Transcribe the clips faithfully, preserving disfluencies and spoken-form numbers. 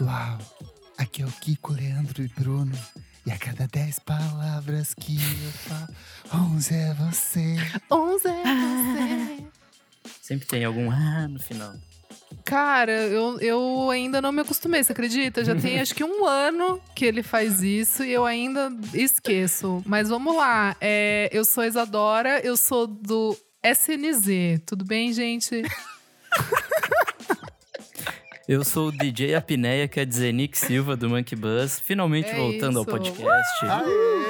pessoal, aqui é o Kiko, Leandro e Bruno. E a cada dez palavras que eu falo, onze é você. Onze é você. Sempre tem algum ah no final. Cara, eu, eu ainda não me acostumei, você acredita? Já tem acho que um ano que ele faz isso e eu ainda esqueço. Mas vamos lá, é, eu sou a Isadora, eu sou do S N Z. Tudo bem, gente? Eu sou o D J Apneia, quer dizer Nick Silva, do Monkey Buzz. Finalmente É voltando isso. ao podcast. Aê!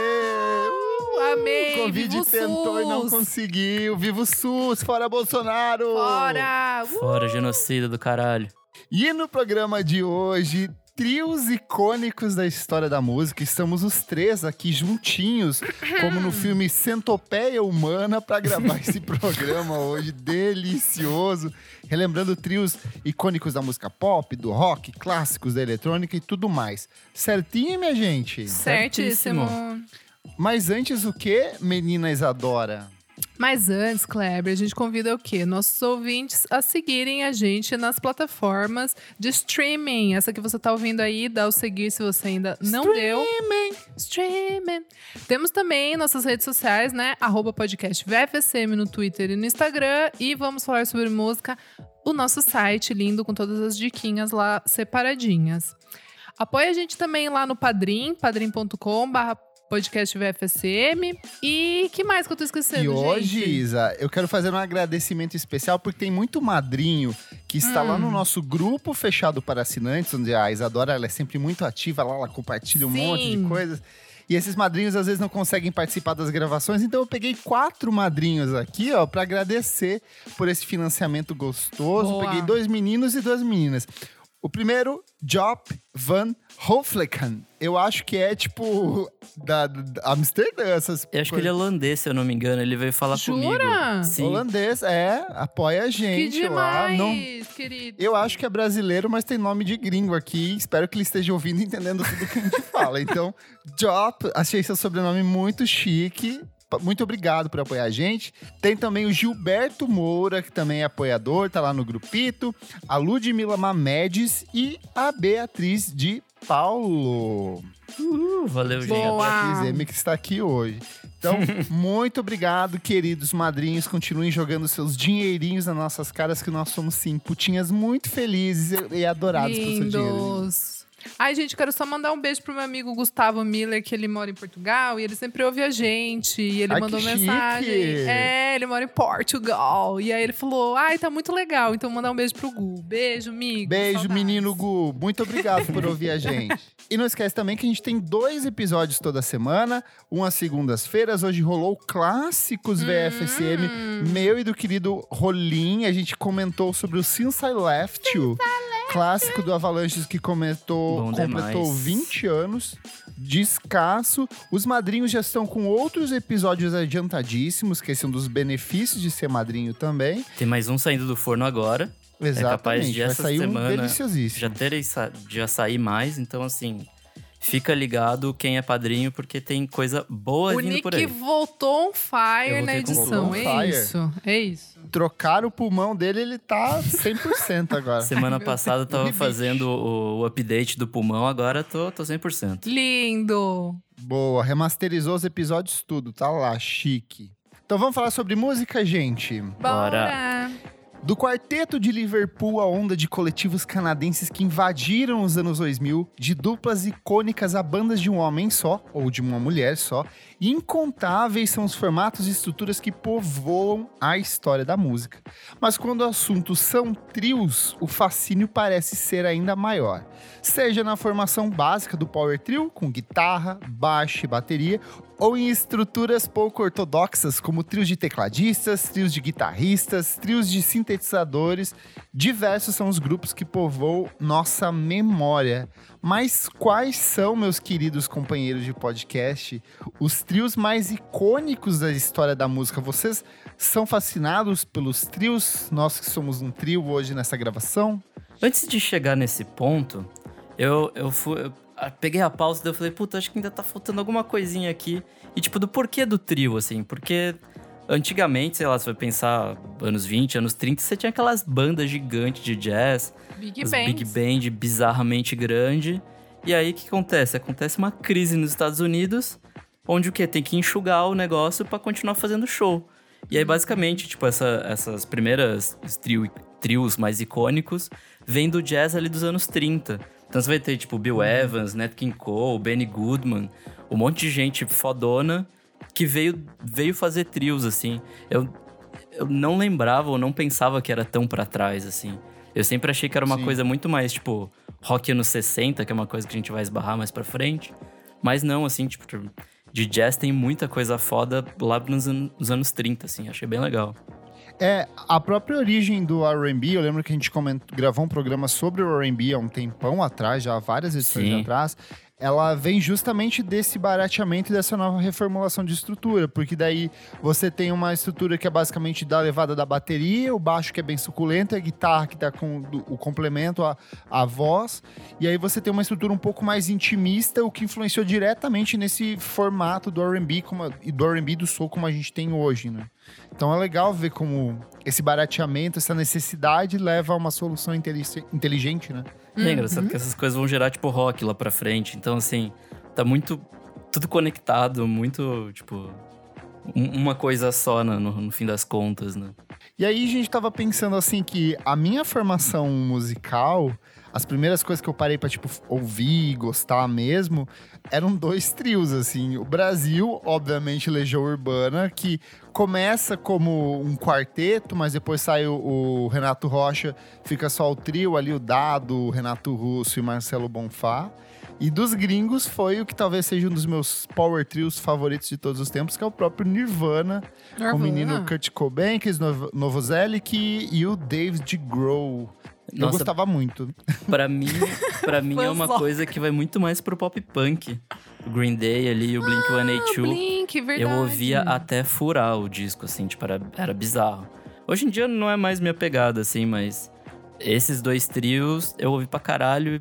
Uh, amei, O Covid viva o tentou e não SUS. conseguiu. Viva o SUS, fora Bolsonaro! Fora! Uh! Fora genocida do caralho. E no programa de hoje, trios icônicos da história da música. Estamos os três aqui juntinhos, como no filme Centopeia Humana, para gravar esse programa hoje delicioso. Relembrando trios icônicos da música pop, do rock, clássicos da eletrônica e tudo mais. Certinho, minha gente? Certíssimo. Mas antes o que, menina Isadora? Mas antes, Kleber, a gente convida o quê? Nossos ouvintes a seguirem a gente nas plataformas de streaming. Essa que você tá ouvindo aí, dá o seguir se você ainda não deu. Streaming! Streaming. Temos também nossas redes sociais, né? Arroba podcast V F S M no Twitter e no Instagram. E vamos falar sobre música, o nosso site lindo com todas as diquinhas lá separadinhas. Apoie a gente também lá no Padrim, padrim ponto com barra podcast V F S M. E que mais que eu tô esquecendo, E hoje, gente? Isa, eu quero fazer um agradecimento especial porque tem muito madrinho que está Hum. lá no nosso grupo fechado para assinantes, onde a Isadora ela é sempre muito ativa lá, ela compartilha um Sim. monte de coisas. E esses madrinhos às vezes não conseguem participar das gravações, então eu peguei quatro madrinhos aqui, ó, para agradecer por esse financiamento gostoso. Boa. Peguei dois meninos e duas meninas. O primeiro, Jop Van Hoflecken. Eu acho que é, tipo, da, da Amsterdã, essas Eu acho que ele é holandês, se eu não me engano. Ele veio falar Jura? comigo. Sim. Holandês, é, apoia a Que gente lá. demais, Não, querido. eu acho que é brasileiro, mas tem nome de gringo aqui. Espero que ele esteja ouvindo e entendendo tudo que a gente fala. Então, Jop, achei seu sobrenome muito chique. Muito obrigado por apoiar a gente. Tem também o Gilberto Moura, que também é apoiador, tá lá no grupito. A Ludmila Mamedes e a Beatriz de Paulo. Uh, valeu, gente. Boa. A Beatriz M, que está aqui hoje. Então, muito obrigado, queridos madrinhos. Continuem jogando seus dinheirinhos nas nossas caras, que nós somos, sim, putinhas muito felizes e adorados por seu dinheiro. Lindos. Ai, gente, quero só mandar um beijo pro meu amigo Gustavo Miller, que ele mora em Portugal. E ele sempre ouve a gente. E ele Ai, mandou que mensagem. chique. É, ele mora em Portugal. E aí ele falou, ai, tá muito legal. Então mandar um beijo pro Gu. Beijo, amigo. Beijo, Saudades. menino Gu. Muito obrigado por ouvir a gente. E não esquece também que a gente tem dois episódios toda semana. Um às segundas-feiras. Hoje rolou Clássicos V F S M. Meu e do querido Rolim. A gente comentou sobre o Since I Left You. Clássico do Avalanches que comentou, Bom completou demais. vinte anos. De escasso. Os madrinhos já estão com outros episódios adiantadíssimos, que esse é um dos benefícios de ser madrinho também. Tem mais um saindo do forno agora. Exatamente. É capaz de Vai essa sair um semana deliciosíssimo. já terem sa- já sair mais. Então, assim, fica ligado quem é padrinho, porque tem coisa boa O vindo por aí. Nick voltou on fire Eu na voltei com edição. on É fire. isso, é isso. Trocaram o pulmão dele, ele tá cem por cento agora. Semana passada eu tava Rebite. fazendo o, o update do pulmão, agora tô, tô cem por cento. Lindo. Boa, remasterizou os episódios tudo, tá lá, chique. Então vamos falar sobre música, gente. Bora. Do quarteto de Liverpool, a onda de coletivos canadenses que invadiram os anos dois mil, de duplas icônicas a bandas de um homem só, ou de uma mulher só, incontáveis são os formatos e estruturas que povoam a história da música. Mas quando o assunto são trios, o fascínio parece ser ainda maior. Seja na formação básica do power trio, com guitarra, baixo e bateria, ou em estruturas pouco ortodoxas, como trios de tecladistas, trios de guitarristas, trios de sintetizadores. Diversos são os grupos que povoam nossa memória. Mas quais são, meus queridos companheiros de podcast, os trios mais icônicos da história da música? Vocês são fascinados pelos trios? Nós que somos um trio hoje nessa gravação? Antes de chegar nesse ponto, eu, eu fui... eu peguei a pausa e eu falei, puta, acho que ainda tá faltando alguma coisinha aqui. E tipo, do porquê do trio, assim, porque antigamente, sei lá, você vai pensar anos vinte, anos trinta, você tinha aquelas bandas gigantes de jazz. Big as Bands. Big Band bizarramente grande. E aí, o que acontece? Acontece uma crise nos Estados Unidos, onde o quê? Tem que enxugar o negócio pra continuar fazendo show. E aí, basicamente, tipo, essa, essas primeiras trio, trios mais icônicos vêm do jazz ali dos anos trinta. Então você vai ter, tipo, Bill Evans, Nat King Cole, Benny Goodman, um monte de gente fodona que veio, veio fazer trios, assim. Eu, eu não lembrava ou não pensava que era tão pra trás, assim. Eu sempre achei que era uma Sim. coisa muito mais, tipo, rock anos sessenta, que é uma coisa que a gente vai esbarrar mais pra frente. Mas não, assim, tipo, de jazz tem muita coisa foda lá nos, an- nos anos trinta, assim. Achei bem legal. É, a própria origem do R and B, eu lembro que a gente comentou, gravou um programa sobre o R and B há um tempão atrás, já há várias edições Sim. atrás. Ela vem justamente desse barateamento e dessa nova reformulação de estrutura, porque daí você tem uma estrutura que é basicamente da levada da bateria, o baixo que é bem suculento, a guitarra que tá com do- o complemento, a, a voz, e aí você tem uma estrutura um pouco mais intimista, o que influenciou diretamente nesse formato do R and B como a- e do R and B do soul como a gente tem hoje, né? Então é legal ver como esse barateamento, essa necessidade leva a uma solução intelice- inteligente, né? E é engraçado que essas coisas vão gerar, tipo, rock lá pra frente. Então, assim, tá muito... Tudo conectado, muito, tipo... um- uma coisa só, né, no, no fim das contas, né? E aí a gente tava pensando assim que a minha formação musical, as primeiras coisas que eu parei pra, tipo, ouvir e gostar mesmo, eram dois trios, assim. O Brasil, obviamente, Legião Urbana, que começa como um quarteto, mas depois sai o, o Renato Rocha, fica só o trio ali, o Dado, o Renato Russo e Marcelo Bonfá. E dos gringos foi o que talvez seja um dos meus power trios favoritos de todos os tempos, que é o próprio Nirvana, com o Nirvana. menino Kurt Cobain, Chris Nov- Novoselic e o David Grohl. Eu Nossa, gostava muito. pra mim, pra mim é uma Fãzoca. coisa que vai muito mais pro pop punk. O Green Day ali, o Blink one Ah, eighty-two. Blink, verdade. Eu ouvia até furar o disco, assim, tipo, era, era bizarro. Hoje em dia não é mais minha pegada, assim, mas esses dois trios eu ouvi pra caralho.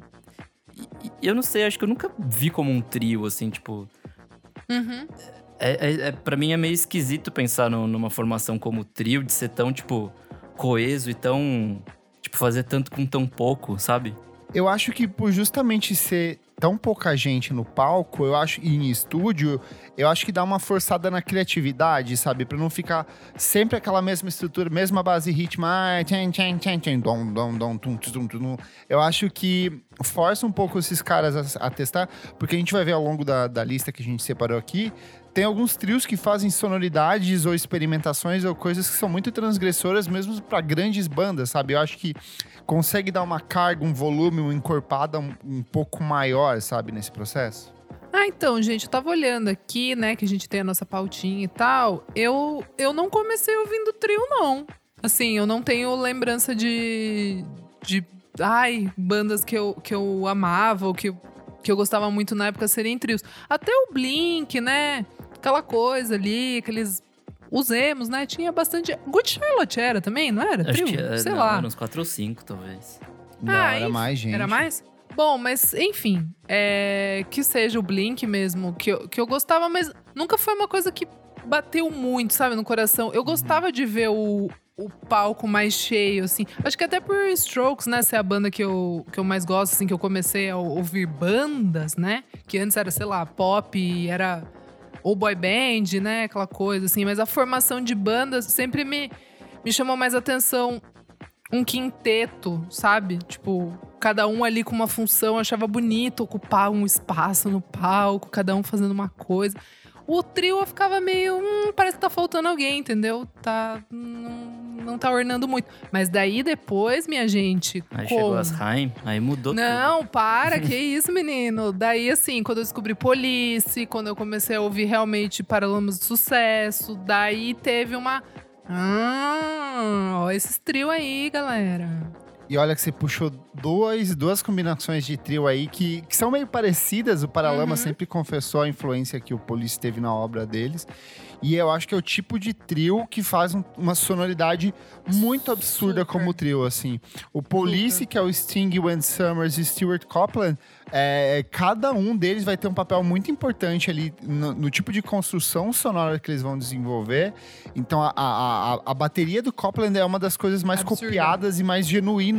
E, e eu não sei, acho que eu nunca vi como um trio, assim, tipo... Uhum. É, é, é, pra mim é meio esquisito pensar no- numa formação como trio, de ser tão, tipo, coeso e tão... Tipo, fazer tanto com tão pouco, sabe? Eu acho que por justamente ser tão pouca gente no palco, eu acho, e em estúdio, eu acho que dá uma forçada na criatividade, sabe? Pra não ficar sempre aquela mesma estrutura, mesma base ritmo, ah, tchan, tchan, tchan, tchan, dom, dom, dom, tum, tum, tum, tum. Eu acho que força um pouco esses caras a, a testar, porque a gente vai ver ao longo da, da lista que a gente separou aqui, tem alguns trios que fazem sonoridades ou experimentações ou coisas que são muito transgressoras, mesmo pra grandes bandas, sabe? Eu acho que consegue dar uma carga, um volume, uma encorpada um, um pouco maior, sabe, nesse processo. Ah, então, gente, eu tava olhando aqui, né, que a gente tem a nossa pautinha e tal. Eu, eu não comecei ouvindo trio, não. Assim, eu não tenho lembrança de... de ai, bandas que eu, que eu amava ou que, eu- que eu gostava muito na época serem trios. Até o Blink, né? Aquela coisa ali, aqueles... Os emos, né? Tinha bastante... Good Charlotte era também, não era? Acho Trio? que é, Sei não, lá. eram uns quatro ou cinco, talvez. Não, Ah, era enfim, mais gente. Era mais? Bom, mas enfim, é, que seja o Blink mesmo, que eu, que eu gostava, mas nunca foi uma coisa que bateu muito, sabe, no coração. Eu gostava de ver o, o palco mais cheio, assim. Acho que até por Strokes, né, ser a banda que eu, que eu mais gosto, assim, que eu comecei a ouvir bandas, né? Que antes era, sei lá, pop, era... ou boy band, né, aquela coisa, assim. Mas a formação de bandas sempre me, me chamou mais atenção um quinteto, sabe? Tipo, cada um ali com uma função, eu achava bonito ocupar um espaço no palco, cada um fazendo uma coisa. O trio eu ficava meio, hum, parece que tá faltando alguém, entendeu? Tá, não, não tá ornando muito. Mas daí depois, minha gente, Aí com... chegou as Haim, aí mudou tudo. Não, para, que isso, menino. Daí, assim, quando eu descobri Police, quando eu comecei a ouvir realmente Paralamas do Sucesso, daí teve uma... Ah, ó, esses trio aí, galera. E olha que você puxou dois, duas combinações de trio aí que, que são meio parecidas. O Paralama Uhum. sempre confessou a influência que o Police teve na obra deles. E eu acho que é o tipo de trio que faz um- uma sonoridade muito absurda Super. como trio, assim. O Police, Super. que é o Sting, Wayne Summers e Stuart Copeland, é, cada um deles vai ter um papel muito importante ali no, no tipo de construção sonora que eles vão desenvolver. Então, a, a, a, a bateria do Copeland é uma das coisas mais Absurda. copiadas e mais genuínas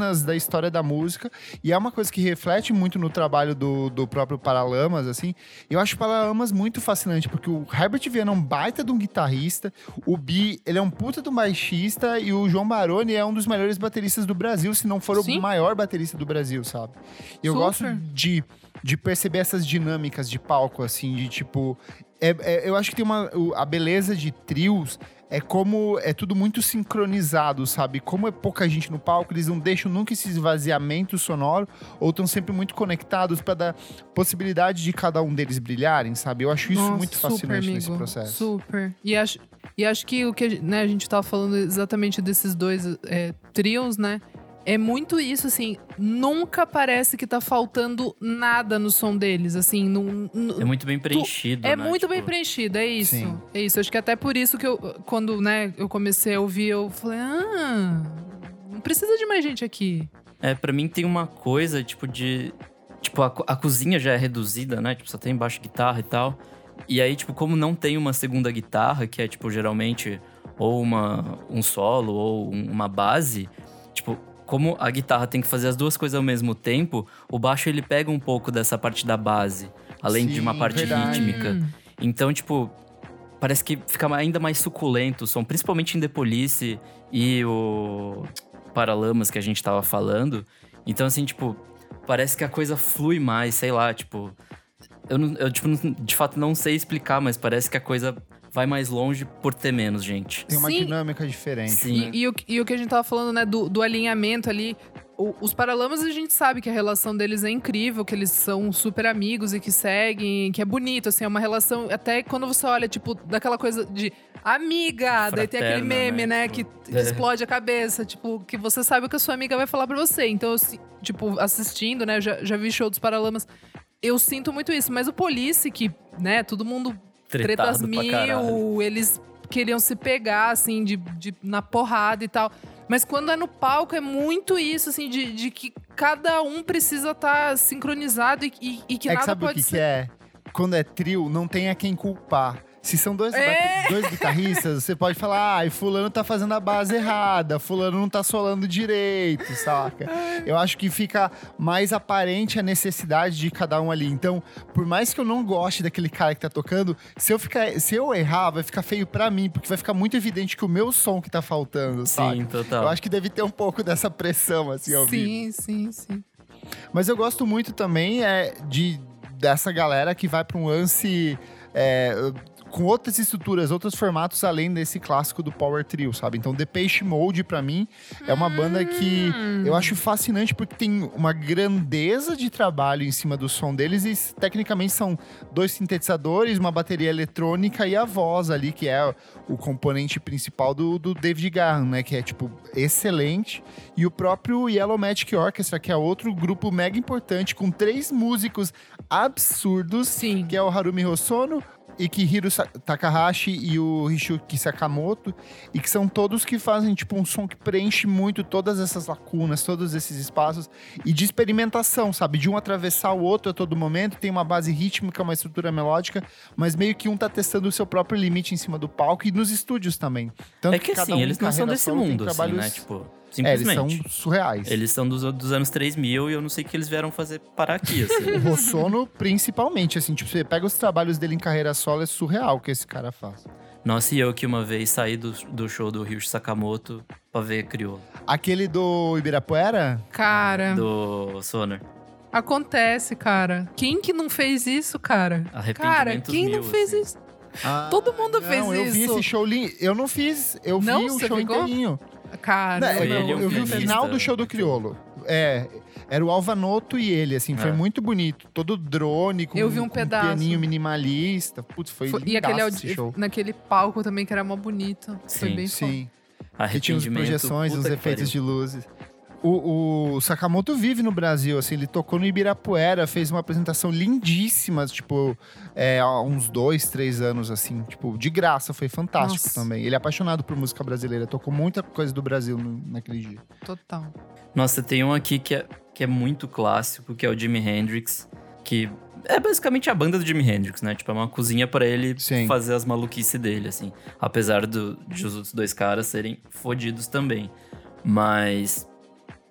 cenas da história da música. E é uma coisa que reflete muito no trabalho do, do próprio Paralamas, assim. Eu acho o Paralamas muito fascinante, porque o Herbert Viana é um baita de um guitarrista, o Bi, ele é um puta de um baixista, e o João Baroni é um dos melhores bateristas do Brasil, se não for Sim. o maior baterista do Brasil, sabe? Eu Super. gosto de, de perceber essas dinâmicas de palco, assim, de tipo... É, é, eu acho que tem uma... A beleza de trios é como... É tudo muito sincronizado, sabe? Como é pouca gente no palco, eles não deixam nunca esse esvaziamento sonoro, ou estão sempre muito conectados para dar possibilidade de cada um deles brilharem, sabe? Eu acho isso Nossa, muito super, fascinante amigo. nesse processo. Super. E acho, e acho que o que né, a gente tava falando exatamente desses dois é, trios, né? É muito isso, assim, nunca parece que tá faltando nada no som deles, assim, não, não, É muito bem preenchido, É né? muito Tipo, bem preenchido, é isso. Sim. É isso. Acho que até por isso que eu, quando, né, eu comecei a ouvir, eu falei, ah, não precisa de mais gente aqui. É, pra mim tem uma coisa, tipo, de... Tipo, a, co- a cozinha já é reduzida, né? Tipo, só tem baixo guitarra e tal. E aí, tipo, como não tem uma segunda guitarra, que é, tipo, geralmente ou uma, um solo ou um- uma base, tipo... Como a guitarra tem que fazer as duas coisas ao mesmo tempo, o baixo ele pega um pouco dessa parte da base, além de uma Sim, parte verdade. rítmica. Hum. Então, tipo, parece que fica ainda mais suculento o som, principalmente em The Police e o Paralamas que a gente tava falando. Então, assim, tipo, parece que a coisa flui mais, sei lá, tipo... Eu, não- eu tipo, não- de fato não sei explicar, mas parece que a coisa vai mais longe por ter menos gente. Tem uma Sim. dinâmica diferente, Sim. né? E, e o, e o que a gente tava falando, né, do, do alinhamento ali. O- os Paralamas, a gente sabe que a relação deles é incrível, que eles são super amigos e que seguem, que é bonito, assim, é uma relação. Até quando você olha, tipo, daquela coisa de amiga, daí tem aquele Fraterna, meme, né? né, que, Tipo, que é. explode a cabeça, tipo, que você sabe o que a sua amiga vai falar pra você. Então, eu, si- tipo, assistindo, né, já, já vi show dos Paralamas, eu sinto muito isso. Mas o Police, que, né, todo mundo. Tretas Tretado pra caralho. mil, eles queriam se pegar, assim, de, de, na porrada e tal. Mas quando é no palco, é muito isso, assim, de, de que cada um precisa estar sincronizado e, e, e que É que nada sabe o pode que, que ser. é? Quando é trio, não tem a quem culpar. Se são dois, É. bate- dois guitarristas, você pode falar, ai, fulano tá fazendo a base errada, fulano não tá solando direito, saca? Eu acho que fica mais aparente a necessidade de cada um ali. Então, por mais que eu não goste daquele cara que tá tocando, se eu, ficar, se eu errar, vai ficar feio pra mim, porque vai ficar muito evidente que o meu som que tá faltando, saca? Sim, total. Eu acho que deve ter um pouco dessa pressão, assim, ao vivo. Sim, sim, sim. Mas eu gosto muito também é, de, dessa galera que vai para um lance é, com outras estruturas, outros formatos além desse clássico do Power Trio, sabe? Então, Depeche Mode, pra mim, é uma banda que eu acho fascinante porque tem uma grandeza de trabalho em cima do som deles e, tecnicamente, são dois sintetizadores, uma bateria eletrônica e a voz ali, que é o componente principal do, do David Gahan, né? Que é, tipo, excelente. E o próprio Yellow Magic Orchestra, que é outro grupo mega importante, com três músicos absurdos, Sim. que é o Harumi Hosono, Ikihiro Sa- Takahashi e o Hishuki Sakamoto, e que são todos que fazem, tipo, um som que preenche muito todas essas lacunas, todos esses espaços, e de experimentação, sabe? De um atravessar o outro a todo momento, tem uma base rítmica, uma estrutura melódica, mas meio que um tá testando o seu próprio limite em cima do palco e nos estúdios também. Tanto É que cada assim, um eles não são carreira desse solo, tem mundo, assim, trabalhos- né? Tipo, É, eles simplesmente. são surreais. Eles são dos, dos anos três mil e eu não sei o que eles vieram fazer parar aqui, assim. O Hosono, principalmente, assim, tipo, você pega os trabalhos dele em carreira solo, é surreal o que esse cara faz. Nossa, e eu que uma vez saí do, do show do Ryuichi Sakamoto pra ver Criolo, Aquele do Ibirapuera, Cara, do Sonar. acontece, cara. Quem que não fez isso, cara? Cara, Arrependimentos quem mil, não fez assim. isso? Todo mundo não, fez eu vi isso. esse show lindo. Eu não fiz, eu Não? vi o Você show ficou? inteirinho. Cara, Não, Foi não, ele e um eu vi o pianista. final do show do Criolo. É, era o Alvanotto e ele, assim, foi É. muito bonito. Todo drone, com, Eu vi um com pedaço. pianinho minimalista. Putz, foi, Foi- e lindaço aquele esse audi- show. naquele palco também, que era mó bonito. Foi Sim, bem foda. Sim, que tinha as Arrependimento, projeções, os puta que efeitos pariu. de luzes. O, o Sakamoto vive no Brasil, assim, ele tocou no Ibirapuera, fez uma apresentação lindíssima, tipo, é, há uns dois, três anos, assim, tipo, de graça, foi fantástico Nossa. também. Ele é apaixonado por música brasileira, tocou muita coisa do Brasil no- naquele dia. Total. Nossa, tem um aqui que é, que é muito clássico, que é o Jimi Hendrix, que é basicamente a banda do Jimi Hendrix, né? Tipo, é uma cozinha pra ele Sim. fazer as maluquices dele, assim. Apesar do, de os outros dois caras serem fodidos também. Mas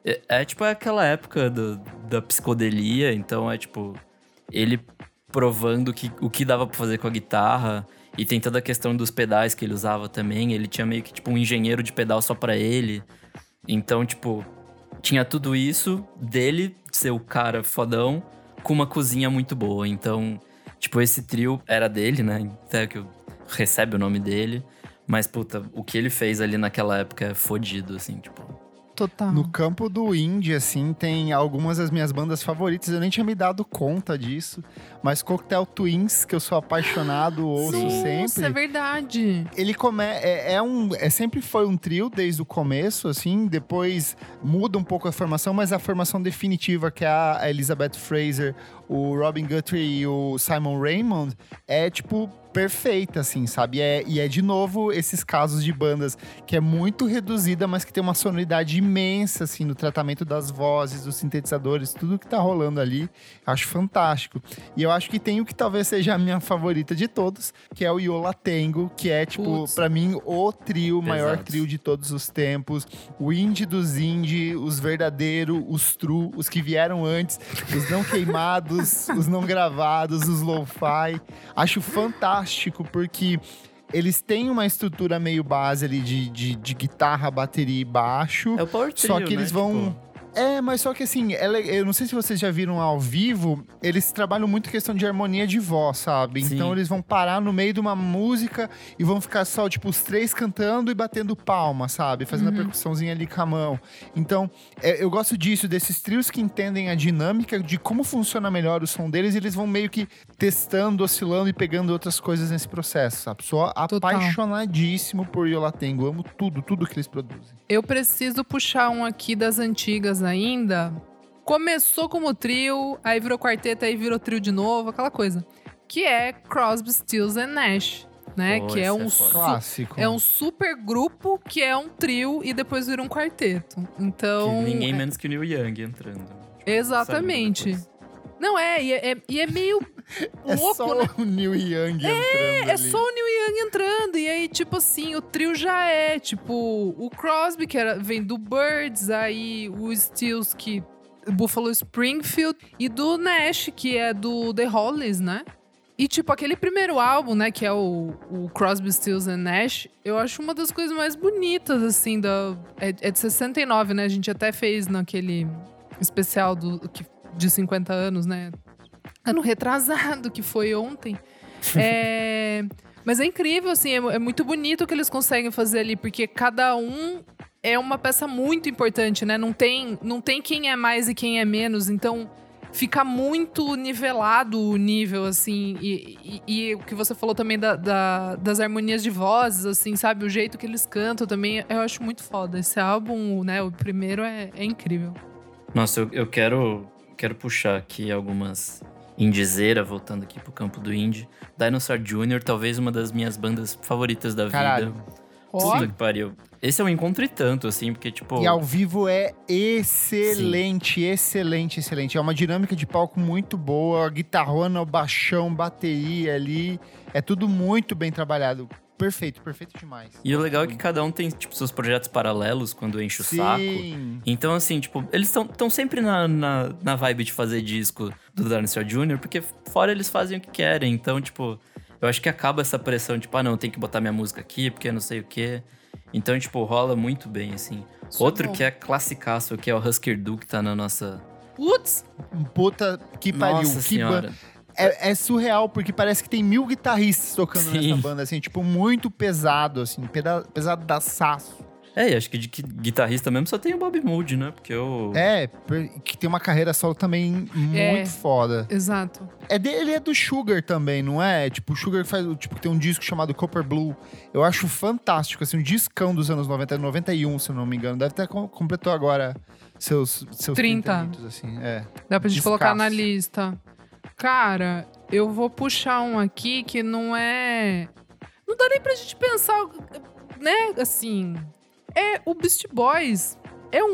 É, é tipo aquela época do, da psicodelia, então é tipo... Ele provando que, o que dava pra fazer com a guitarra. E tem toda a questão dos pedais que ele usava também. Ele tinha meio que tipo um engenheiro de pedal só pra ele. Então, tipo... Tinha tudo isso dele ser o cara fodão com uma cozinha muito boa. Então, tipo, esse trio era dele, né? Até que recebe o nome dele. Mas, puta, o que ele fez ali naquela época é fodido, assim, tipo... Total. No campo do indie, assim, tem algumas das minhas bandas favoritas. Eu nem tinha me dado conta disso. Mas Cocktail Twins, que eu sou apaixonado, ouço Nossa, sempre. Nossa, é verdade. Ele come... é, é um... É, sempre foi um trio desde o começo, assim. Depois muda um pouco a formação, mas a formação definitiva, que é a Elizabeth Fraser, o Robin Guthrie e o Simon Raymond, é, tipo... perfeita, assim, sabe? E é, e é, de novo, esses casos de bandas que é muito reduzida, mas que tem uma sonoridade imensa, assim, no tratamento das vozes, dos sintetizadores, tudo que tá rolando ali. Acho fantástico. E eu acho que tem o que talvez seja a minha favorita de todos, que é o Yo La Tengo, que é, tipo, Putz. pra mim, o trio, o maior Pesados. trio de todos os tempos. O indie dos indie, os verdadeiros, os true, os que vieram antes, os não queimados, os não gravados, os lo-fi. Acho fantástico. Porque eles têm uma estrutura meio base ali de, de, de guitarra, bateria e baixo. É o Power Trio, Só que eles né? vão... Tipo... É, mas só que assim, ela- eu não sei se vocês já viram ao vivo, eles trabalham muito questão de harmonia de voz, sabe? Sim. Então eles vão parar no meio de uma música e vão ficar só, tipo, os três cantando e batendo palma, sabe? Fazendo a percussãozinha ali com a mão. Então, é, eu gosto disso, desses trios que entendem a dinâmica de como funciona melhor o som deles, e eles vão meio que testando, oscilando e pegando outras coisas nesse processo, sabe? Sou Total. apaixonadíssimo por Yo La Tengo, amo tudo, tudo que eles produzem. Eu preciso puxar um aqui das antigas ainda. Começou como trio, aí virou quarteto, aí virou trio de novo, aquela coisa. Que é Crosby, Stills and Nash, né? Pô, que é esse um, é su- foda. Clássico. é um super grupo que é um trio e depois vira um quarteto. Então. Que ninguém é- menos que o Neil Young entrando. Exatamente. Saindo depois. Não, é, e é, e é meio É louco, só né? o Neil Young entrando É ali. só o Neil Young entrando. E aí, tipo assim, o trio já é, tipo, o Crosby, que era, vem do Birds, aí o Stills, que Buffalo Springfield, e do Nash, que é do The Hollies, né? E, tipo, aquele primeiro álbum, né, que é o, o Crosby, Stills and Nash, eu acho uma das coisas mais bonitas, assim, da... É, é de sessenta e nove, né? A gente até fez naquele especial do, que, de cinquenta anos, né? Ano retrasado, que foi ontem. É... Mas é incrível, assim, é, é muito bonito o que eles conseguem fazer ali, porque cada um é uma peça muito importante, né? Não tem, não tem quem é mais e quem é menos, então fica muito nivelado o nível, assim. E, e- e o que você falou também da- da- das harmonias de vozes, assim, sabe? O jeito que eles cantam também, eu acho muito foda. Esse álbum, né, o primeiro é, é incrível. Nossa, eu, eu quero, quero puxar aqui algumas indizeira, voltando aqui pro campo do indie. Dinosaur Júnior, talvez uma das minhas bandas favoritas da Caralho. vida. Ó, Puta que pariu. Esse é um encontro e tanto, assim, porque, tipo... E ao vivo é excelente, excelente, excelente. É uma dinâmica de palco muito boa, guitarrona, o baixão, bateria ali. É tudo muito bem trabalhado. Perfeito, perfeito demais. E o legal é que cada um tem, tipo, seus projetos paralelos quando enche o saco. Sim. Então, assim, tipo, eles estão sempre na, na, na vibe de fazer disco do Dinosaur Júnior, porque fora eles fazem o que querem. Então, tipo, eu acho que acaba essa pressão, tipo, ah, não, tem que botar minha música aqui, porque não sei o quê. Então, tipo, rola muito bem, assim. Isso é Outro bom. que é classicaço, que é o Husker Du, que tá na nossa... putz! Puta que pariu. Nossa que senhora. ban- É, é surreal, porque parece que tem mil guitarristas tocando Sim. nessa banda, assim, tipo, muito pesado, assim, peda pesado da saço. É, e acho que de que guitarrista mesmo só tem o Bob Mould, né? Porque eu... É, per- que tem uma carreira solo também muito É. foda. Exato. É dele, é do Sugar também, não é? Tipo, o Sugar faz, tipo, tem um disco chamado Copper Blue. Eu acho fantástico, assim, um discão dos anos noventa, noventa e um, se eu não me engano. Deve ter com- completou agora seus, seus trinta. anos, assim, é. Dá pra gente Descasso. colocar na lista. Cara, eu vou puxar um aqui que não é... Não dá nem pra gente pensar, né? Assim, é o Beast Boys. É um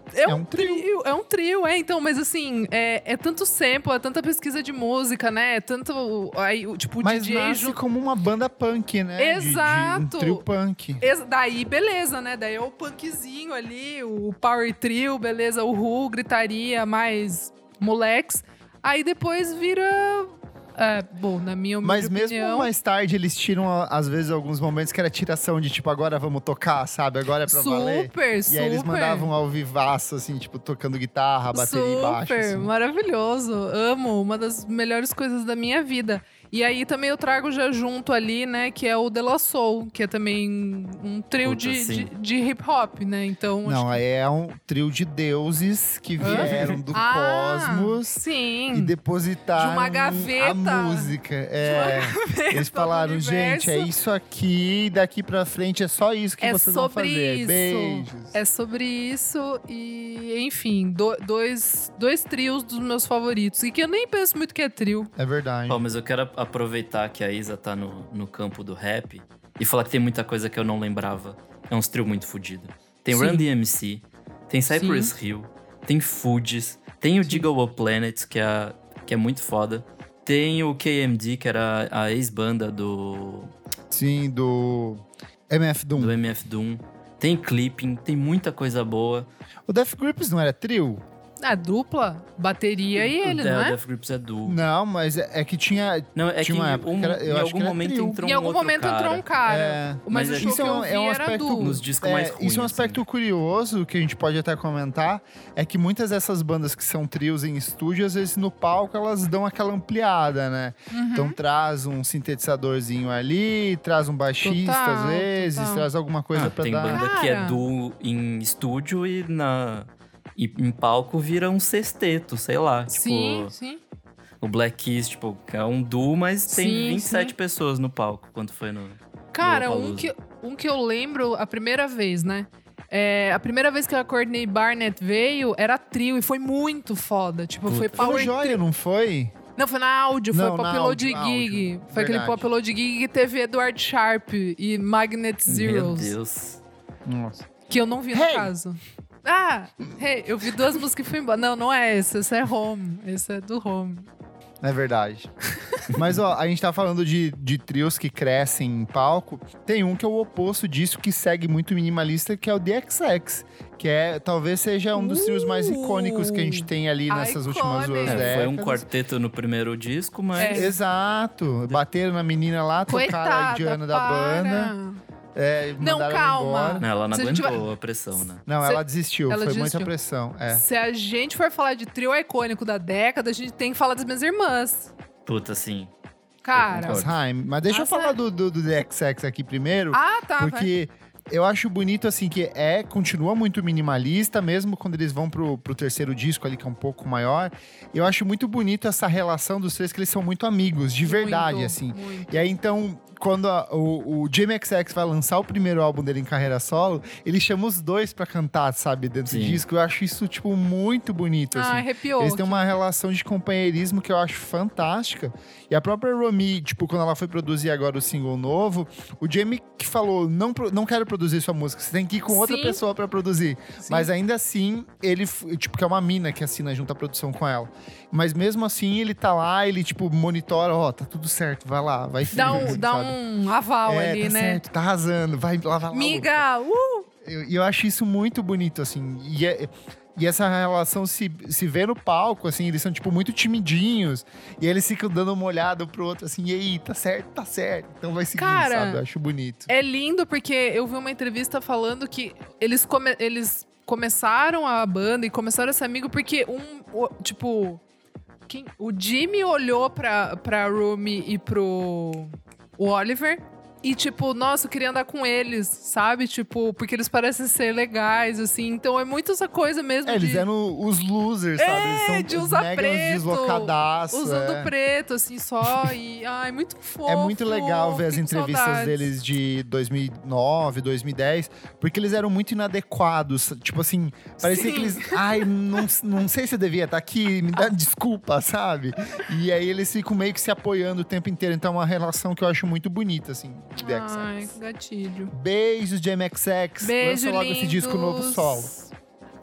É, É um um trio. trio. É um trio, é. Então, mas assim, é, é tanto sample, é tanta pesquisa de música, né? É tanto. Aí, o- tipo, o Mas D J nasce junto. como uma banda punk, né? De- de Exato. um trio punk. Ex- Daí, beleza, né? Daí é o punkzinho ali, o power trio, beleza, o Who, gritaria, mais moleques. Aí depois vira... É, bom, na minha humilde Mas mesmo opinião... mais tarde, eles tiram, a- às vezes, alguns momentos que era tiração de tipo, agora vamos tocar, sabe? Agora é pra valer. Super, E super. aí eles mandavam ao vivaço, assim, tipo, tocando guitarra, bateria e baixo. Super, Assim. maravilhoso. Amo, uma das melhores coisas da minha vida. E aí também eu trago já junto ali, né, que é o De La Soul, que é também um trio Puta, de, sim. de, de hip hop, né? Então. Não, acho que- aí é um trio de deuses que vieram do Ah, cosmos Sim. e depositaram De uma gaveta. a música. É. Eles falaram, do gente, é universo. isso aqui, daqui pra frente é só isso que É vocês vão sobre fazer. isso. Beijos. É sobre isso e, enfim, do- dois, dois trios dos meus favoritos. E que eu nem penso muito que é trio. É verdade. Ó, mas eu quero aproveitar que a Isa tá no, no campo do rap e falar que tem muita coisa que eu não lembrava. É uns trio muito fodido. Tem Sim. Run D M C, tem Cypress Hill, tem Fugees, tem o Diggle Up Planet, que é, que é muito foda. Tem o K M D, que era a ex-banda do, Sim, do M F Doom. do M F Doom. Tem Clipping, tem muita coisa boa. O Death Grips não era trio? A dupla, bateria e ele, o não The- é? Death Grips é duo. Não, mas é, é que tinha... Não, é Tinha que uma em, época um- que era- eu em acho algum que era momento trio. entrou Em um algum outro momento cara. entrou um cara. É, mas mas o é- show isso que é eu um, vi é um era aspecto... duo. Nos discos é, mais ruins, Isso é um aspecto assim. curioso que a gente pode até comentar, é que muitas dessas bandas que são trios em estúdio, às vezes no palco elas dão aquela ampliada, né? Uhum. Então traz um sintetizadorzinho ali, traz um baixista Total, às vezes, total. traz alguma coisa Ah, pra tem dar... banda que é Cara. duo em estúdio e na e em palco vira um sexteto, sei lá. Sim, Tipo, sim. o Black Keys, tipo, é um duo, mas tem Sim, vinte e sete sim. pessoas no palco quando foi no. Cara, um Lollapalooza. que, um que eu lembro a primeira vez, né? É, a primeira vez que a Courtney Barnett veio era trio e foi muito foda. Tipo, foi Puta. Foi power o Joia, não foi? Não, foi na áudio, foi Não, pop na load áudio, gig. áudio. Foi aquele Verdade. pop load gig que teve Edward Sharp e Magnet Meu Zeros. Deus. Nossa. Que eu não vi no Hey! caso. Ah, hey, eu vi duas músicas e fui embora. Não, não é esse, esse é Home. Esse é do Home. É verdade. Mas, ó, a gente tá falando de, de trios que crescem em palco. Tem um que é o oposto disso, que segue muito minimalista, que é o D X X. Que é, talvez seja um dos trios mais Uh! icônicos que a gente tem ali nessas últimas duas Iconic. É, foi um décadas. quarteto no primeiro disco, mas. É. Exato. Bateram na menina lá, tocaram a Coitada, Diana da para. banda. É, Não, mandaram ela calma. embora. Não, ela não Se a gente aguentou a pressão, né? Não, Cê- ela desistiu. ela Foi desistiu. muita pressão. É. Se a gente for falar de trio icônico da década, a gente tem que falar das minhas irmãs. Puta, assim. Cara. concordo. Asheim. Mas deixa eu As falar Haim. do, do, do D X X aqui primeiro. Ah, tá. vai. Porque eu acho bonito, assim, que é, continua muito minimalista, mesmo quando eles vão pro, pro terceiro disco ali, que é um pouco maior. Eu acho muito bonito essa relação dos três, que eles são muito amigos, de verdade, Muito, assim. muito. E aí, então, quando a- o, o Jamie X X vai lançar o primeiro álbum dele em carreira solo, ele chama os dois pra cantar, sabe, dentro do Sim. disco. Eu acho isso, tipo, muito bonito, Ah, assim. arrepiou. Eles têm uma relação de companheirismo que eu acho fantástica. E a própria Romy, tipo, quando ela foi produzir agora o single novo, o Jamie que falou, não, pro- não quero produzir sua música, você tem que ir com outra Sim. pessoa pra produzir. Sim. Mas ainda assim, ele, f- tipo, que é uma mina que assina junto a produção com ela. Mas mesmo assim, ele tá lá, ele, tipo, monitora, ó, tá tudo certo, vai lá, vai Dá firme, um, dá sabe? um aval É, ali, tá né? certo, tá arrasando, vai lá, vai lá. Miga, uh! E eu, eu acho isso muito bonito, assim. E, é- e essa relação se, se vê no palco, assim, eles são, tipo, muito timidinhos. E eles ficam dando uma olhada um pro outro, assim, e aí, tá certo, tá certo. Então vai seguindo, Cara, sabe? Eu acho bonito. É lindo porque eu vi uma entrevista falando que eles, come- eles começaram a banda e começaram esse amigo porque um, o- tipo, quem- o Jimmy olhou pra, pra Rumi e pro o Oliver e tipo, nossa, eu queria andar com eles, sabe? Tipo, porque eles parecem ser legais, assim. Então é muito essa coisa mesmo É, eles de... eram os losers, sabe? Eles são de usar mega preto, deslocadaço. Usando é. preto, assim, só. E, ai, muito fofo. É muito legal ver as fiquei com entrevistas saudades. deles de dois mil e nove, dois mil e dez, porque eles eram muito inadequados. Tipo assim, parecia Sim. que eles. Ai, não, não sei se eu devia estar aqui, me dá desculpa, sabe? E aí eles ficam meio que se apoiando o tempo inteiro. Então é uma relação que eu acho muito bonita, assim, de D X X. Ai, gatilho. Beijos, Jamie X X. Beijo, Lança logo esse disco novo lindos. solo.